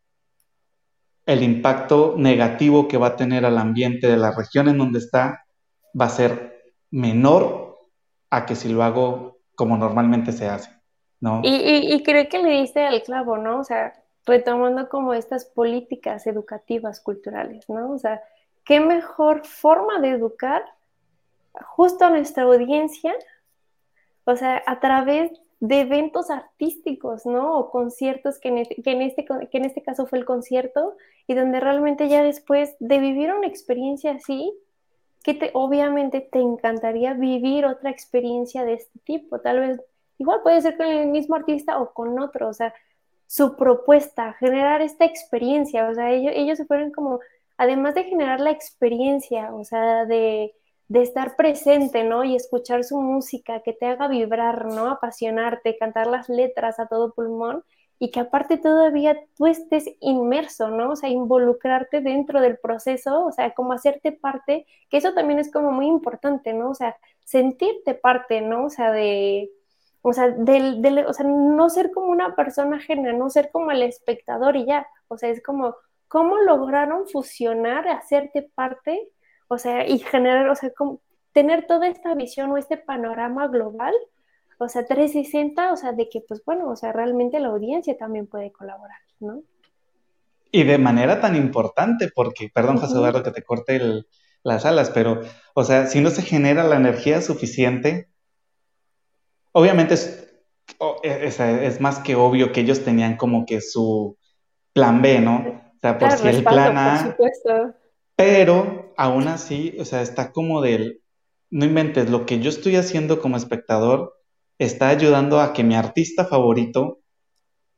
el impacto negativo que va a tener al ambiente de la región en donde está va a ser menor a que si lo hago como normalmente se hace, Y, ¿no? y, y creo que le diste al clavo, ¿no? O sea, retomando como estas políticas educativas culturales, ¿no? O sea, qué mejor forma de educar justo a nuestra audiencia, o sea, a través de eventos artísticos, ¿no? O conciertos, que en este, que en este, que en este caso fue el concierto, y donde realmente ya después de vivir una experiencia así, que te, obviamente te encantaría vivir otra experiencia de este tipo, tal vez, igual puede ser con el mismo artista o con otro, o sea, su propuesta, generar esta experiencia, o sea, ellos, ellos se fueron como, además de generar la experiencia, o sea, de, de estar presente, ¿no? Y escuchar su música, que te haga vibrar, ¿no? Apasionarte, cantar las letras a todo pulmón, y que aparte todavía tú estés inmerso, ¿no? O sea, involucrarte dentro del proceso, o sea, como hacerte parte, que eso también es como muy importante, ¿no? O sea, sentirte parte, ¿no? O sea, de, o sea, del, del, o sea, no ser como una persona ajena, no ser como el espectador y ya, o sea, es como, ¿cómo lograron fusionar, hacerte parte, o sea, y generar, o sea, como, tener toda esta visión o este panorama global, o sea, trescientos sesenta, o sea, de que, pues bueno, o sea, realmente la audiencia también puede colaborar, ¿no? Y de manera tan importante, porque, perdón, José Uh-huh. Eduardo, que te corte el, las alas, pero, o sea, si no se genera la energía suficiente, obviamente es, o- es, es más que obvio que ellos tenían como que su plan B, ¿no? O sea, por Claro, si el plan respaldo, por A, supuesto. pero aún así, o sea, está como del, no inventes, lo que yo estoy haciendo como espectador está ayudando a que mi artista favorito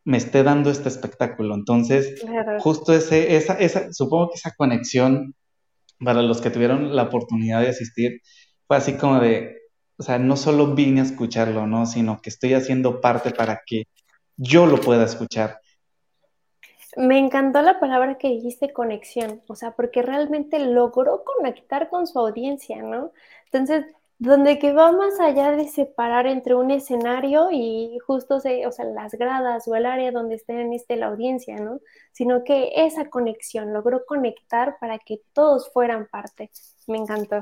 me esté dando este espectáculo. Entonces, Claro. justo ese, esa, esa, supongo que esa conexión para los que tuvieron la oportunidad de asistir fue así como de, o sea, no solo vine a escucharlo, ¿no? Sino que estoy haciendo parte para que yo lo pueda escuchar. Me encantó la palabra que dijiste, conexión, o sea, porque realmente logró conectar con su audiencia, ¿no? Entonces, donde que va más allá de separar entre un escenario y justo, se, o sea, las gradas o el área donde estén este, la audiencia, ¿no? Sino que esa conexión logró conectar para que todos fueran parte. Me encantó.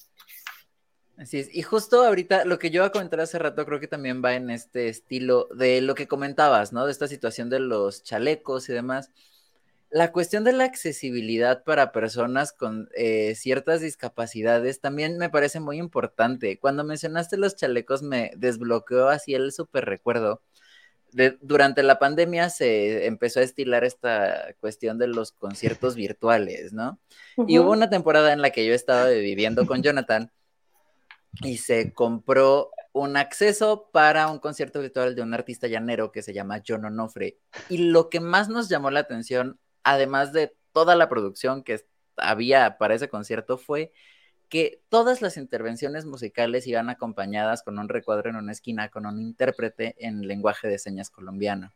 Así es, y justo ahorita lo que yo iba a comentar hace rato creo que también va en este estilo de lo que comentabas, ¿no? De esta situación de los chalecos y demás. La cuestión de la accesibilidad para personas con eh, ciertas discapacidades también me parece muy importante. Cuando mencionaste los chalecos me desbloqueó así el súper recuerdo. De, durante la pandemia se empezó a estilar esta cuestión de los conciertos virtuales, ¿no? Y hubo Uh-huh. una temporada en la que yo estaba viviendo con Jonathan y se compró un acceso para un concierto virtual de un artista llanero que se llama John Onofre. Y lo que más nos llamó la atención, además de toda la producción que había para ese concierto, fue que todas las intervenciones musicales iban acompañadas con un recuadro en una esquina con un intérprete en lenguaje de señas colombiano.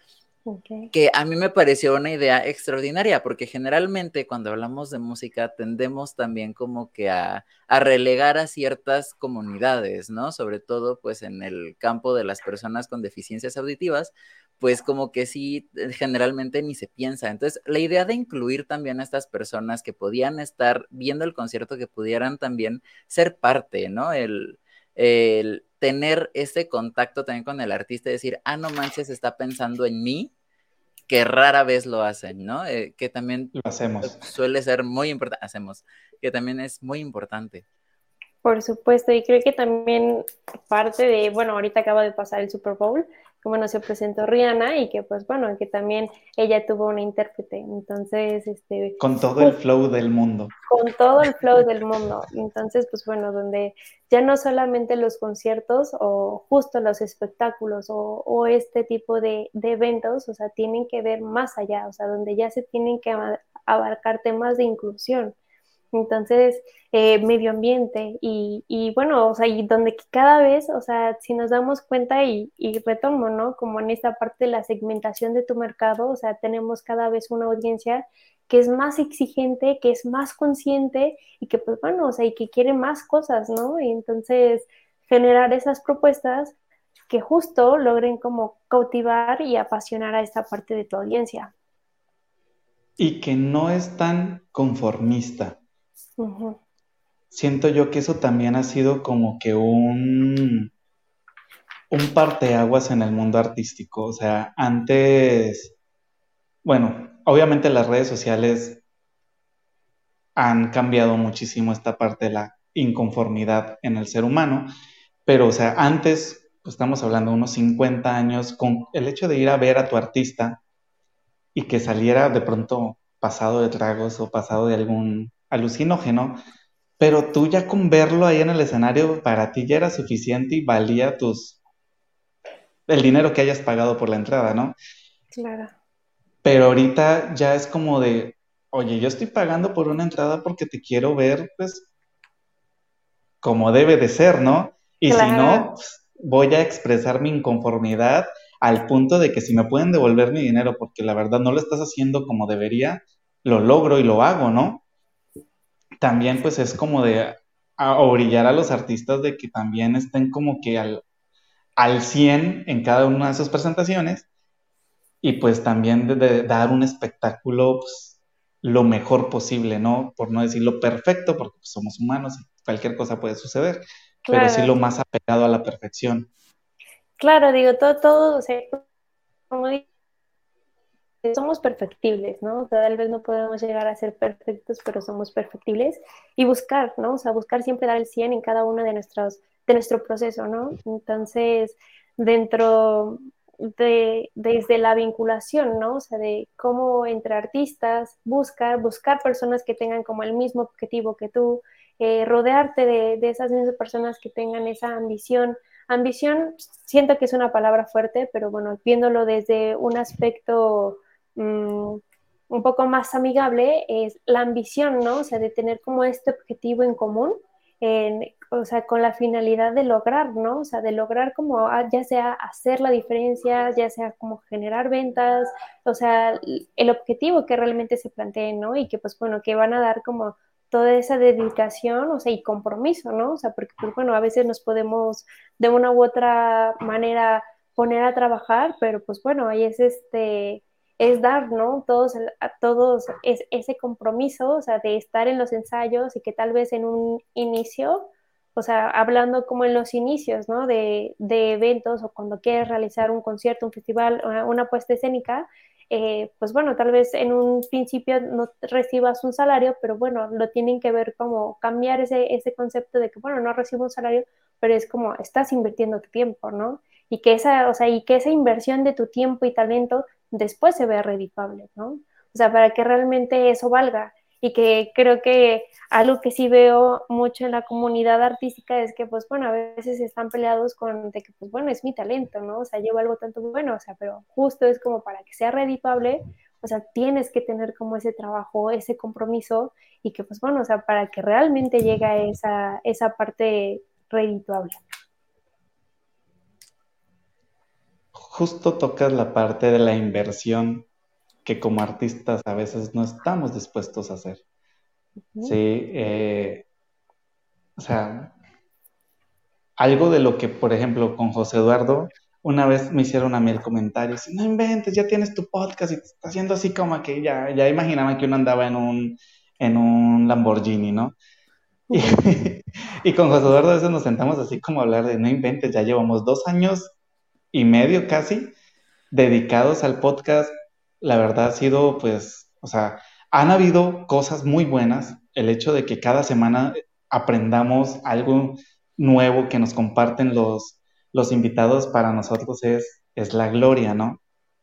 Okay. Que a mí me pareció una idea extraordinaria, porque generalmente cuando hablamos de música tendemos también como que a, a relegar a ciertas comunidades, ¿no? Sobre todo pues en el campo de las personas con deficiencias auditivas, pues como que sí, generalmente ni se piensa. Entonces, la idea de incluir también a estas personas que podían estar viendo el concierto, que pudieran también ser parte, ¿no? El, el tener ese contacto también con el artista y decir, ah, no manches, está pensando en mí, que rara vez lo hacen, ¿no? Eh, que también Lo hacemos. suele ser muy importante, hacemos, que también es muy importante. Por supuesto, y creo que también parte de, bueno, ahorita acaba de pasar el Super Bowl, que bueno, se presentó Rihanna y que pues bueno, que también ella tuvo una intérprete, entonces, este, Con todo el pues, flow del mundo. con todo el flow del mundo, entonces, pues bueno, donde ya no solamente los conciertos o justo los espectáculos o, o este tipo de, de eventos, o sea, tienen que ver más allá, o sea, donde ya se tienen que abarcar temas de inclusión. Entonces, eh, medio ambiente y, y, bueno, o sea, y donde cada vez, o sea, si nos damos cuenta y, y retomo, ¿no? Como en esta parte de la segmentación de tu mercado, o sea, tenemos cada vez una audiencia que es más exigente, que es más consciente y que, pues bueno, o sea, y que quiere más cosas, ¿no? Y entonces, generar esas propuestas que justo logren como cautivar y apasionar a esta parte de tu audiencia. Y que no es tan conformista. Uh-huh. Siento yo que eso también ha sido como que un, un parteaguas en el mundo artístico. O sea, antes, bueno, obviamente las redes sociales han cambiado muchísimo esta parte de la inconformidad en el ser humano, pero o sea, antes, pues, estamos hablando de unos cincuenta años, con el hecho de ir a ver a tu artista y que saliera de pronto pasado de tragos o pasado de algún alucinógeno, pero tú ya con verlo ahí en el escenario, para ti ya era suficiente y valía tus, el dinero que hayas pagado por la entrada, ¿no? Claro. Pero ahorita ya es como de, oye, yo estoy pagando por una entrada porque te quiero ver, pues, como debe de ser, ¿no? Y si no, Claro. pues, voy a expresar mi inconformidad al punto de que si me pueden devolver mi dinero porque la verdad no lo estás haciendo como debería, lo logro y lo hago, ¿no? También pues es como de a orillar a los artistas de que también estén como que al, al cien en cada una de sus presentaciones y pues también de, de dar un espectáculo pues, lo mejor posible, ¿no? Por no decir lo perfecto, porque pues, somos humanos y cualquier cosa puede suceder, pero sí Claro, lo más apegado a la perfección. claro, digo, todo, todo, o sea, como dices, somos perfectibles, ¿no? O sea, tal vez no podemos llegar a ser perfectos, pero somos perfectibles y buscar, ¿no? O sea, buscar siempre dar el cien en cada uno de nuestros, de nuestro proceso, ¿no? Entonces, dentro de, desde la vinculación, ¿no? O sea, de cómo entre artistas buscar, buscar personas que tengan como el mismo objetivo que tú, eh, rodearte de, de esas mismas personas que tengan esa ambición ambición siento que es una palabra fuerte, pero bueno, viéndolo desde un aspecto mmm, un poco más amigable, es la ambición, ¿no? O sea, de tener como este objetivo en común, en, o sea, con la finalidad de lograr, ¿no? O sea, de lograr como ya sea hacer la diferencia, ya sea como generar ventas, o sea, el objetivo que realmente se planteen, ¿no? Y que pues bueno, que van a dar como toda esa dedicación, o sea, y compromiso, ¿no? O sea, porque pues bueno, a veces nos podemos de una u otra manera poner a trabajar, pero pues bueno, ahí es este es dar, ¿no? Todos, a todos es, ese compromiso, o sea, de estar en los ensayos y que tal vez en un inicio, o sea, hablando como en los inicios, ¿no? De, de eventos o cuando quieres realizar un concierto, un festival, una, una puesta escénica, eh, pues bueno, tal vez en un principio no recibas un salario, pero bueno, lo tienen que ver como cambiar ese, ese concepto de que, bueno, no recibo un salario, pero es como estás invirtiendo tu tiempo, ¿no? Y que esa, o sea, y que esa inversión de tu tiempo y talento después se vea redituable, ¿no? O sea, para que realmente eso valga. Y que creo que algo que sí veo mucho en la comunidad artística es que, pues bueno, a veces están peleados con de que, pues bueno, es mi talento, ¿no? O sea, llevo algo tanto bueno, o sea, pero justo es como para que sea redituable, o sea, tienes que tener como ese trabajo, ese compromiso y que, pues bueno, o sea, para que realmente llegue a esa, esa parte redituable. Justo tocas la parte de la inversión que como artistas a veces no estamos dispuestos a hacer. Uh-huh. Sí, eh, o sea, algo de lo que, por ejemplo, con José Eduardo, una vez me hicieron a mí el comentario, así, no inventes, ya tienes tu podcast y te está haciendo así como que ya, ya imaginaban que uno andaba en un, en un Lamborghini, ¿no? Y, Uh-huh. y con José Eduardo a veces nos sentamos así como a hablar de, no inventes, ya llevamos dos años y medio casi dedicados al podcast. La verdad ha sido, pues, o sea, han habido cosas muy buenas. El hecho de que cada semana aprendamos algo nuevo que nos comparten los, los invitados para nosotros es, es la gloria, ¿no?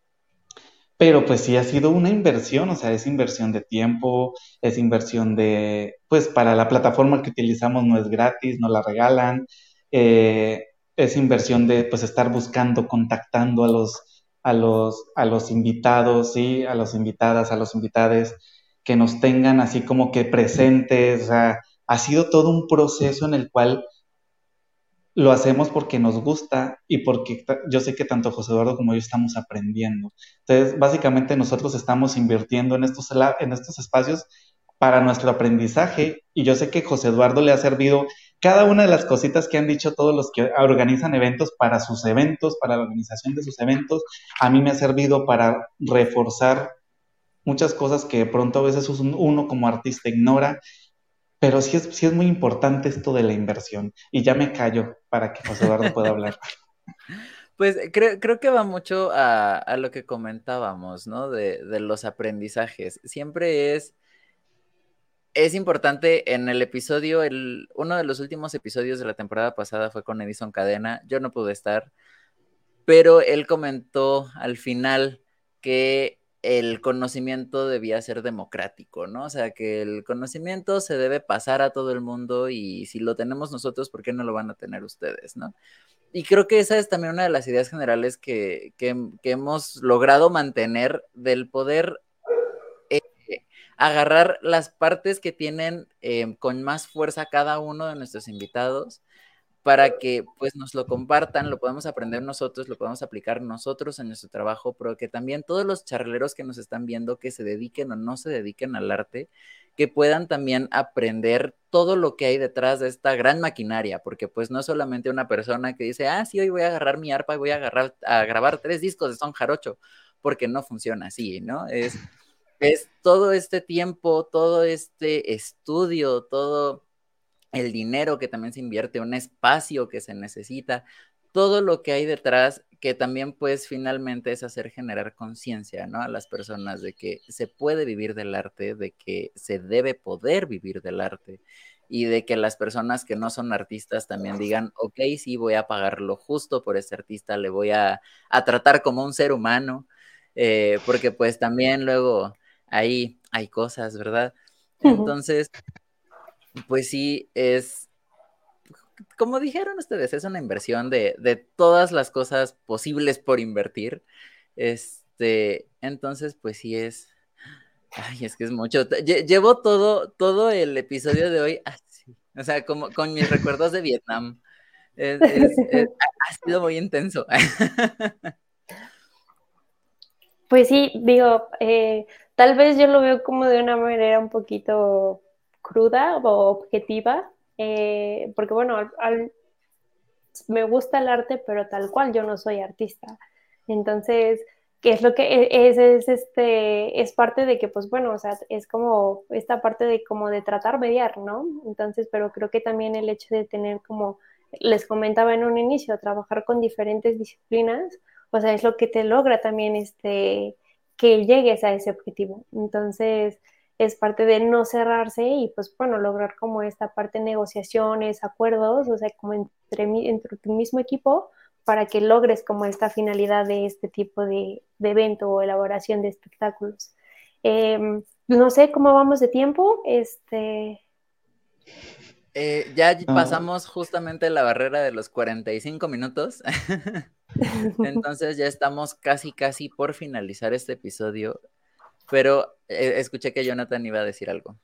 Pero pues sí ha sido una inversión, o sea, es inversión de tiempo, es inversión de, pues para la plataforma que utilizamos no es gratis, no la regalan, eh, es inversión de pues estar buscando, contactando a los, a los, a los invitados, sí, a los invitadas, a los invitades, que nos tengan así como que presentes, o sea, ha sido todo un proceso en el cual lo hacemos porque nos gusta y porque ta- yo sé que tanto José Eduardo como yo estamos aprendiendo. Entonces, básicamente nosotros estamos invirtiendo en estos, la- en estos espacios para nuestro aprendizaje y yo sé que José Eduardo le ha servido cada una de las cositas que han dicho todos los que organizan eventos para sus eventos, para la organización de sus eventos. A mí me ha servido para reforzar muchas cosas que de pronto a veces un- uno como artista ignora, pero sí es, sí es muy importante esto de la inversión. Y ya me callo para que José Eduardo pueda hablar. Pues creo, creo que va mucho a, a lo que comentábamos, ¿no? De, de los aprendizajes. Siempre es, es importante en el episodio, el, uno de los últimos episodios de la temporada pasada fue con Edison Cadena. Yo no pude estar, pero él comentó al final que el conocimiento debía ser democrático, ¿no? O sea, que el conocimiento se debe pasar a todo el mundo y si lo tenemos nosotros, ¿por qué no lo van a tener ustedes, ¿no? Y creo que esa es también una de las ideas generales que, que, que hemos logrado mantener del poder eh, agarrar las partes que tienen eh, con más fuerza cada uno de nuestros invitados para que pues nos lo compartan, lo podamos aprender nosotros, lo podamos aplicar nosotros en nuestro trabajo, pero que también todos los charleros que nos están viendo, que se dediquen o no se dediquen al arte, que puedan también aprender todo lo que hay detrás de esta gran maquinaria, porque pues no es solamente una persona que dice, ah, sí, hoy voy a agarrar mi arpa y voy a, agarrar, a grabar tres discos de son jarocho, porque no funciona así, ¿no? Es, es todo este tiempo, todo este estudio, todo el dinero que también se invierte, un espacio que se necesita, todo lo que hay detrás, que también pues finalmente es hacer generar conciencia, ¿no? A las personas de que se puede vivir del arte, de que se debe poder vivir del arte y de que las personas que no son artistas también digan, ok, sí, voy a pagar lo justo por este artista, le voy a, a tratar como un ser humano, eh, porque pues también luego ahí hay cosas, ¿verdad? Uh-huh. Entonces, pues sí, es como dijeron ustedes, es una inversión de, de todas las cosas posibles por invertir. Este, entonces, pues sí es. Ay, es que es mucho. Lle- Llevo todo, todo el episodio de hoy así. O sea, como con mis recuerdos de Vietnam. Es, es- es- ha ha sido muy intenso. Pues sí, digo, eh, tal vez yo lo veo como de una manera un poquito cruda o objetiva, eh, porque bueno, al, al, me gusta el arte, pero tal cual yo no soy artista. Entonces, ¿qué es lo que e, es, es, este, es parte de que, pues bueno, o sea, es como esta parte de como de tratar mediar, ¿no? Entonces, pero creo que también el hecho de tener como, les comentaba en un inicio, trabajar con diferentes disciplinas, o sea, es lo que te logra también este, que llegues a ese objetivo. Entonces, es parte de no cerrarse y pues bueno, lograr como esta parte de negociaciones, acuerdos, o sea, como entre, entre tu mismo equipo para que logres como esta finalidad de este tipo de, de evento o elaboración de espectáculos. Eh, no sé cómo vamos de tiempo, este... Eh, ya No, pasamos justamente la barrera de los cuarenta y cinco minutos. Entonces ya estamos casi, casi por finalizar este episodio. Pero eh, escuché que Jonathan iba a decir algo.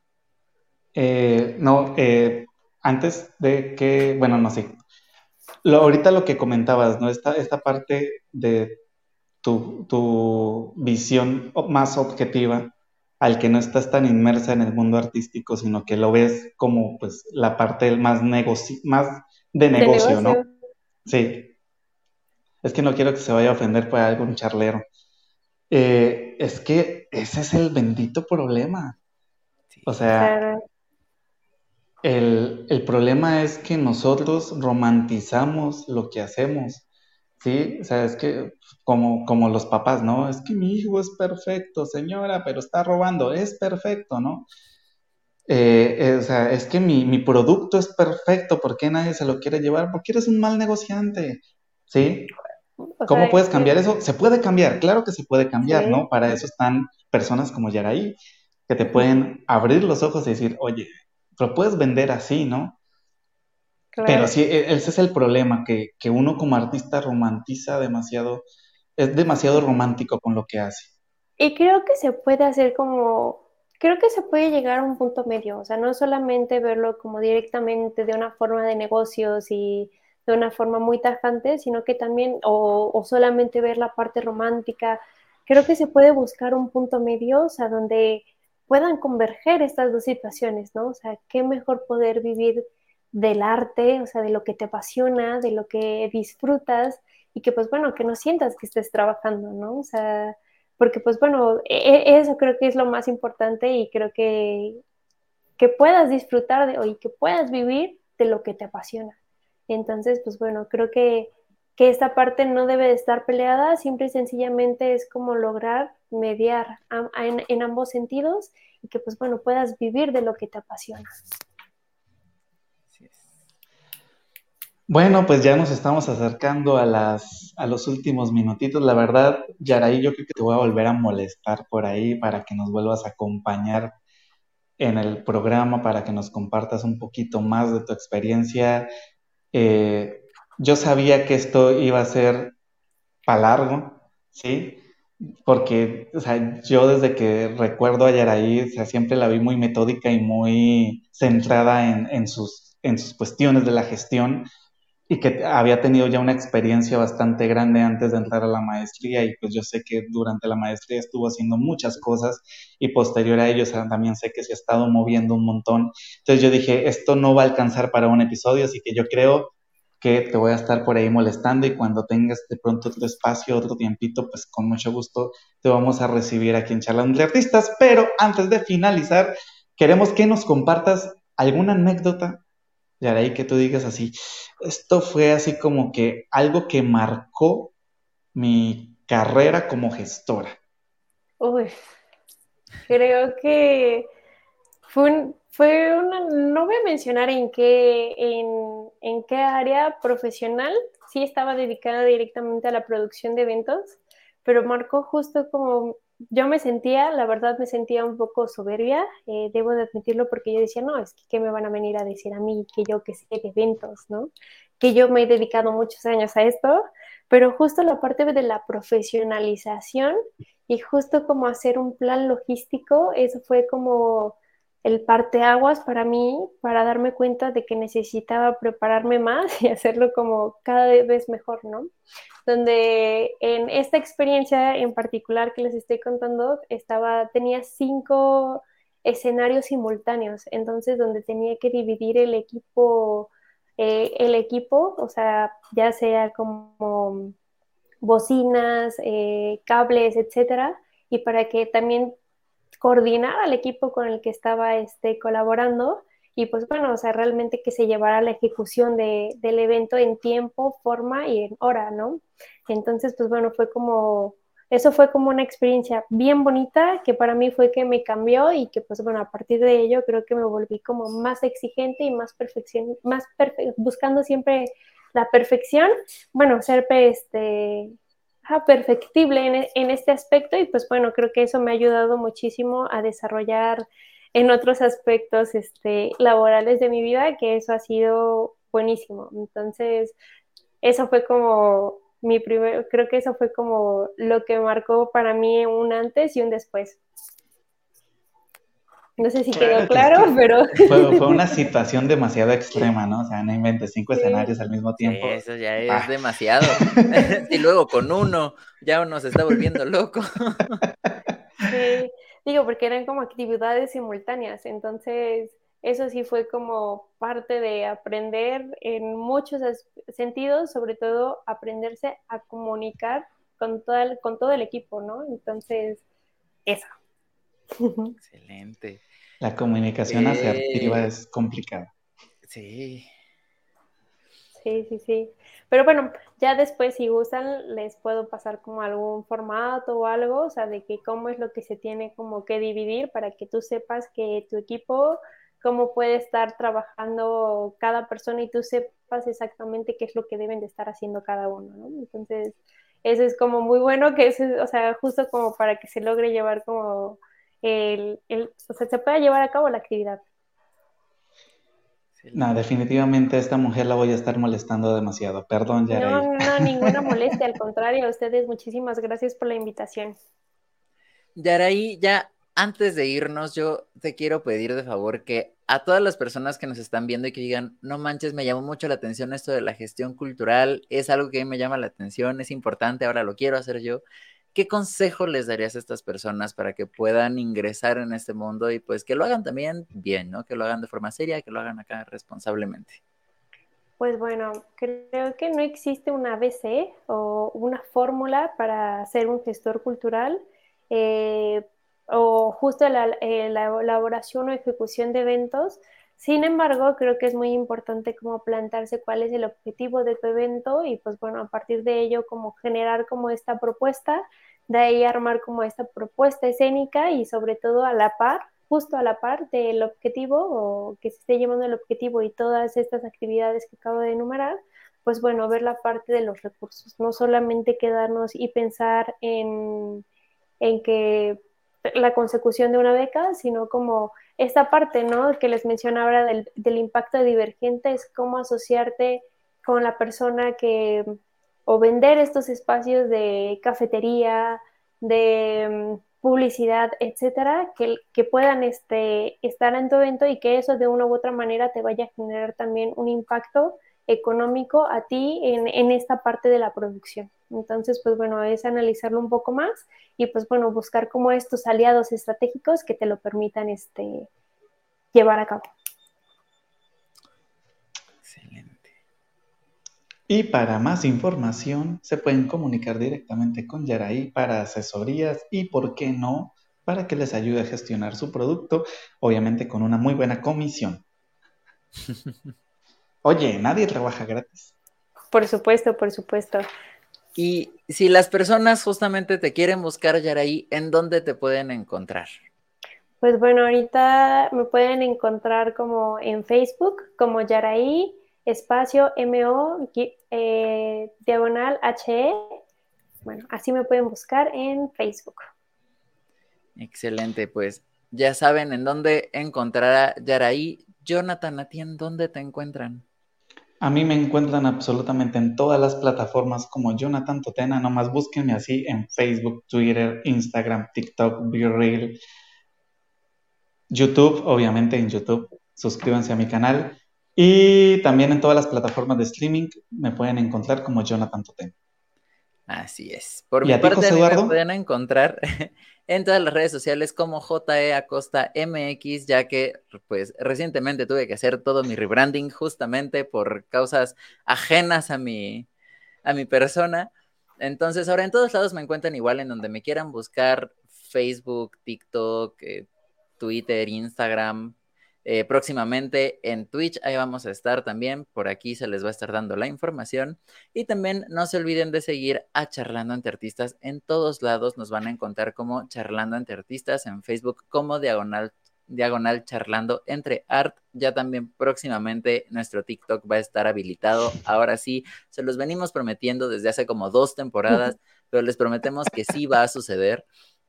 eh, no eh, antes de que, bueno, no sé. Lo, ahorita lo que comentabas, ¿no? Esta, esta parte de tu, tu visión o- más objetiva, al que no estás tan inmersa en el mundo artístico, sino que lo ves como pues la parte más, negoci más de De negocio, ¿no? negocio. Sí, es que no quiero que se vaya a ofender por algún charlero. Eh, es que ese es el bendito problema. O Sí. sea, Claro. el, el problema es que nosotros romantizamos lo que hacemos, ¿sí? O sea, es que como, como los papás, ¿no? Es que mi hijo es perfecto, señora, pero está robando, es perfecto, ¿no? Eh, eh, o sea, es que mi, mi producto es perfecto, ¿por qué nadie se lo quiere llevar? Porque eres un mal negociante, ¿sí? O ¿Cómo sea, puedes que, cambiar eso? Se puede cambiar, claro que se puede cambiar, ¿no? sí, Para eso están personas como Yaraí, que te pueden abrir los ojos y decir, oye, lo puedes vender así, ¿no? Pero claro. sí, e- ese es el problema, que, que uno como artista romantiza demasiado, es demasiado romántico con lo que hace. Y creo que se puede hacer como, creo que se puede llegar a un punto medio, o sea, no solamente verlo como directamente de una forma de negocios y de una forma muy tajante, sino que también, o, o solamente ver la parte romántica, creo que se puede buscar un punto medio, o sea, donde puedan converger estas dos situaciones, ¿no? O sea, qué mejor poder vivir del arte, o sea, de lo que te apasiona, de lo que disfrutas y que pues bueno, que no sientas que estés trabajando, ¿no? O sea, porque pues bueno, e- e- eso creo que es lo más importante y creo que, que puedas disfrutar de, y que puedas vivir de lo que te apasiona. Entonces, pues bueno, creo que, que esta parte no debe de estar peleada, simple y sencillamente es como lograr mediar a- a- en, en ambos sentidos y que pues bueno, puedas vivir de lo que te apasiona. Así es. Bueno, pues ya nos estamos acercando a las, a los últimos minutitos. La verdad, Yaraí, yo creo que te voy a volver a molestar por ahí para que nos vuelvas a acompañar en el programa, para que nos compartas un poquito más de tu experiencia. Eh, yo sabía que esto iba a ser para largo, ¿sí? Porque, o sea, yo desde que recuerdo a Yaraí, o sea, siempre la vi muy metódica y muy centrada en, en sus, en sus cuestiones de la gestión y que había tenido ya una experiencia bastante grande antes de entrar a la maestría y pues yo sé que durante la maestría estuvo haciendo muchas cosas y posterior a ello, o sea, también sé que se ha estado moviendo un montón. Entonces yo dije, esto no va a alcanzar para un episodio, así que yo creo que te voy a estar por ahí molestando y cuando tengas de pronto otro espacio, otro tiempito, pues con mucho gusto te vamos a recibir aquí en Charlando de Artistas. Pero antes de finalizar, queremos que nos compartas alguna anécdota, Yaray, que tú digas así, esto fue así como que algo que marcó mi carrera como gestora. Uy, creo que fue, un, fue una, no voy a mencionar en qué, en, en qué área profesional, sí estaba dedicada directamente a la producción de eventos, pero marcó justo como yo me sentía, la verdad me sentía un poco soberbia, eh, debo de admitirlo porque yo decía, no, es que ¿qué me van a venir a decir a mí? Que yo que sé de eventos, ¿no? Que yo me he dedicado muchos años a esto, pero justo la parte de la profesionalización y justo como hacer un plan logístico, eso fue como el parteaguas para mí, para darme cuenta de que necesitaba prepararme más y hacerlo como cada vez mejor, ¿no? Donde en esta experiencia en particular que les estoy contando, estaba, tenía cinco escenarios simultáneos, entonces donde tenía que dividir el equipo, eh, el equipo, o sea, ya sea como bocinas, eh, cables, etcétera, y para que también coordinar al equipo con el que estaba este, colaborando y pues bueno, o sea, realmente que se llevara la ejecución de, del evento en tiempo, forma y en hora, ¿no? Entonces, pues bueno, fue como, eso fue como una experiencia bien bonita que para mí fue que me cambió y que pues bueno, a partir de ello creo que me volví como más exigente y más perfección, más perfe buscando siempre la perfección, bueno, ser este, ah, perfectible en, en este aspecto y pues bueno, creo que eso me ha ayudado muchísimo a desarrollar en otros aspectos este, laborales de mi vida, que eso ha sido buenísimo. Entonces, eso fue como mi primer, creo que eso fue como lo que marcó para mí un antes y un después. No sé si quedó Claro que es claro, que pero... fue, fue una situación demasiado extrema, ¿no? O sea, no inventes cinco Sí, escenarios al mismo Sí, tiempo. eso ya es Ah. demasiado. Y luego con uno, ya uno se está volviendo loco. sí, digo, porque eran como actividades simultáneas, entonces eso sí fue como parte de aprender en muchos sentidos, sobre todo aprenderse a comunicar con todo el, con todo el equipo, ¿no? Entonces, eso. Excelente. La comunicación asertiva Eh, es complicada. sí. Sí, sí, sí. Pero bueno, ya después si gustan les puedo pasar como algún formato o algo, o sea, de que cómo es lo que se tiene como que dividir para que tú sepas que tu equipo, cómo puede estar trabajando cada persona y tú sepas exactamente qué es lo que deben de estar haciendo cada uno, ¿no? Entonces, eso es como muy bueno que es, o sea, justo como para que se logre llevar como el, el, o sea, se pueda llevar a cabo la actividad. No, Excelente. definitivamente a esta mujer la voy a estar molestando demasiado. Perdón, No, Yaray. no, no, ninguna molestia, al contrario, a ustedes muchísimas gracias por la invitación. Yaraí, ya antes de irnos, yo te quiero pedir de favor que a todas las personas que nos están viendo y que digan, no manches, me llamó mucho la atención esto de la gestión cultural, es algo que a mí me llama la atención, es importante, ahora lo quiero hacer yo. ¿Qué consejo les darías a estas personas para que puedan ingresar en este mundo y pues que lo hagan también bien, ¿no? Que lo hagan de forma seria, que lo hagan acá responsablemente. Pues bueno, creo que no existe una A B C o una fórmula para ser un gestor cultural eh, o justo la, eh, la elaboración o ejecución de eventos. Sin embargo, creo que es muy importante como plantarse cuál es el objetivo de tu evento y pues bueno, a partir de ello como generar como esta propuesta, de ahí armar como esta propuesta escénica y sobre todo a la par justo a la par del objetivo o que se esté llevando el objetivo y todas estas actividades que acabo de enumerar, pues bueno, ver la parte de los recursos, no solamente quedarnos y pensar en, en que la consecución de una beca, sino como esta parte, ¿no? Que les mencionaba ahora del, del impacto divergente, es cómo asociarte con la persona que, o vender estos espacios de cafetería, de publicidad, etcétera, que, que puedan este, estar en tu evento y que eso de una u otra manera te vaya a generar también un impacto económico a ti en, en esta parte de la producción. Entonces, pues bueno, es analizarlo un poco más y pues bueno, buscar como estos aliados estratégicos que te lo permitan este, llevar a cabo. Excelente. Y para más información, se pueden comunicar directamente con Yaray para asesorías y, ¿por qué no?, para que les ayude a gestionar su producto, obviamente con una muy buena comisión. Oye, nadie trabaja gratis. Por supuesto, por supuesto. Y si las personas justamente te quieren buscar, Yaraí, ¿en dónde te pueden encontrar? Pues bueno, ahorita me pueden encontrar como en Facebook, como Yaraí, espacio M O, eh, diagonal H E. Bueno, así me pueden buscar en Facebook. Excelente, pues ya saben en dónde encontrar a Yaraí. Jonathan, ¿a ti en dónde te encuentran? A mí me encuentran absolutamente en todas las plataformas como Jonathan Totena, nomás búsquenme así en Facebook, Twitter, Instagram, TikTok, BeReal, YouTube, obviamente en YouTube, suscríbanse a mi canal y también en todas las plataformas de streaming me pueden encontrar como Jonathan Totena. Así es. Por ¿Y mi a ti, parte, José a mí me Eduardo? pueden encontrar en todas las redes sociales como J E Acosta M X, ya que pues recientemente tuve que hacer todo mi rebranding justamente por causas ajenas a mi, a mi persona. Entonces, ahora en todos lados me encuentran igual, en donde me quieran buscar: Facebook, TikTok, eh, Twitter, Instagram. Eh, próximamente en Twitch, ahí vamos a estar también. Por aquí se les va a estar dando la información. Y también no se olviden de seguir a Charlando Entre Artistas. En todos lados nos van a encontrar como Charlando Entre Artistas, en Facebook como Diagonal diagonal charlando entre art. Ya también próximamente nuestro TikTok va a estar habilitado. Ahora sí, se los venimos prometiendo desde hace como dos temporadas, pero les prometemos que sí va a suceder.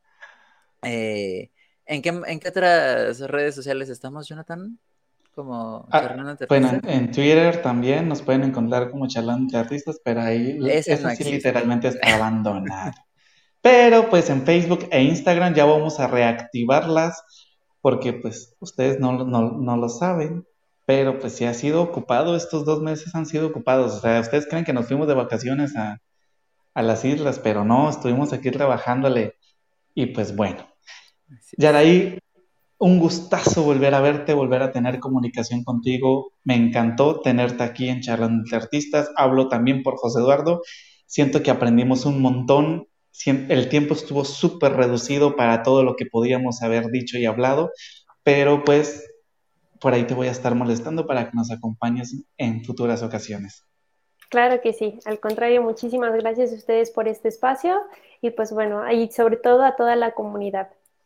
Eh, ¿en, qué, ¿En qué otras redes sociales estamos, Jonathan? Como Ah, Charlando Entre bueno, Artistas. en, en Twitter también nos pueden encontrar como Charlando Entre Artistas, pero ahí Ese no eso sí existe. literalmente está abandonado. Pero pues en Facebook e Instagram ya vamos a reactivarlas porque pues ustedes no, no, no lo saben, pero pues sí ha sido ocupado, estos dos meses han sido ocupados. O sea, ustedes creen que nos fuimos de vacaciones a, a las islas, pero no, estuvimos aquí trabajándole y pues bueno. Así es. Yaraí, un gustazo volver a verte, volver a tener comunicación contigo. Me encantó tenerte aquí en Charlando Entre Artistas. Hablo también por José Eduardo. Siento que aprendimos un montón. El tiempo estuvo súper reducido para todo lo que podíamos haber dicho y hablado, pero pues por ahí te voy a estar molestando para que nos acompañes en futuras ocasiones. Claro que sí, al contrario, muchísimas gracias a ustedes por este espacio y pues bueno, y sobre todo a toda la comunidad.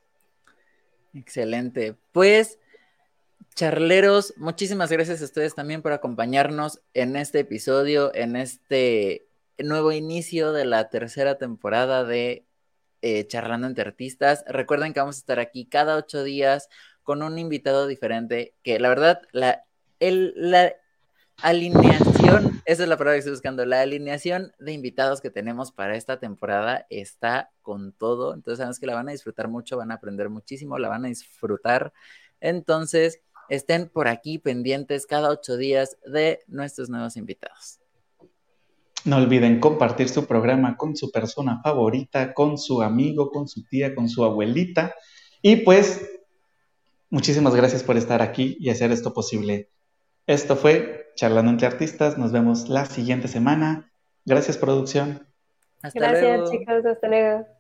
Excelente. Pues, charleros, muchísimas gracias a ustedes también por acompañarnos en este episodio, en este nuevo inicio de la tercera temporada de eh, Charlando Entre Artistas. Recuerden que vamos a estar aquí cada ocho días con un invitado diferente, que la verdad, la, el, la alineación, esa es la palabra que estoy buscando, la alineación de invitados que tenemos para esta temporada está con todo. Entonces sabemos que la van a disfrutar mucho, van a aprender muchísimo, la van a disfrutar. Entonces, estén por aquí pendientes cada ocho días de nuestros nuevos invitados. No olviden compartir su programa con su persona favorita, con su amigo, con su tía, con su abuelita. Y pues, muchísimas gracias por estar aquí y hacer esto posible. Esto fue Charlando Entre Artistas. Nos vemos la siguiente semana. Gracias, producción. Hasta Gracias, luego. chicos, hasta luego.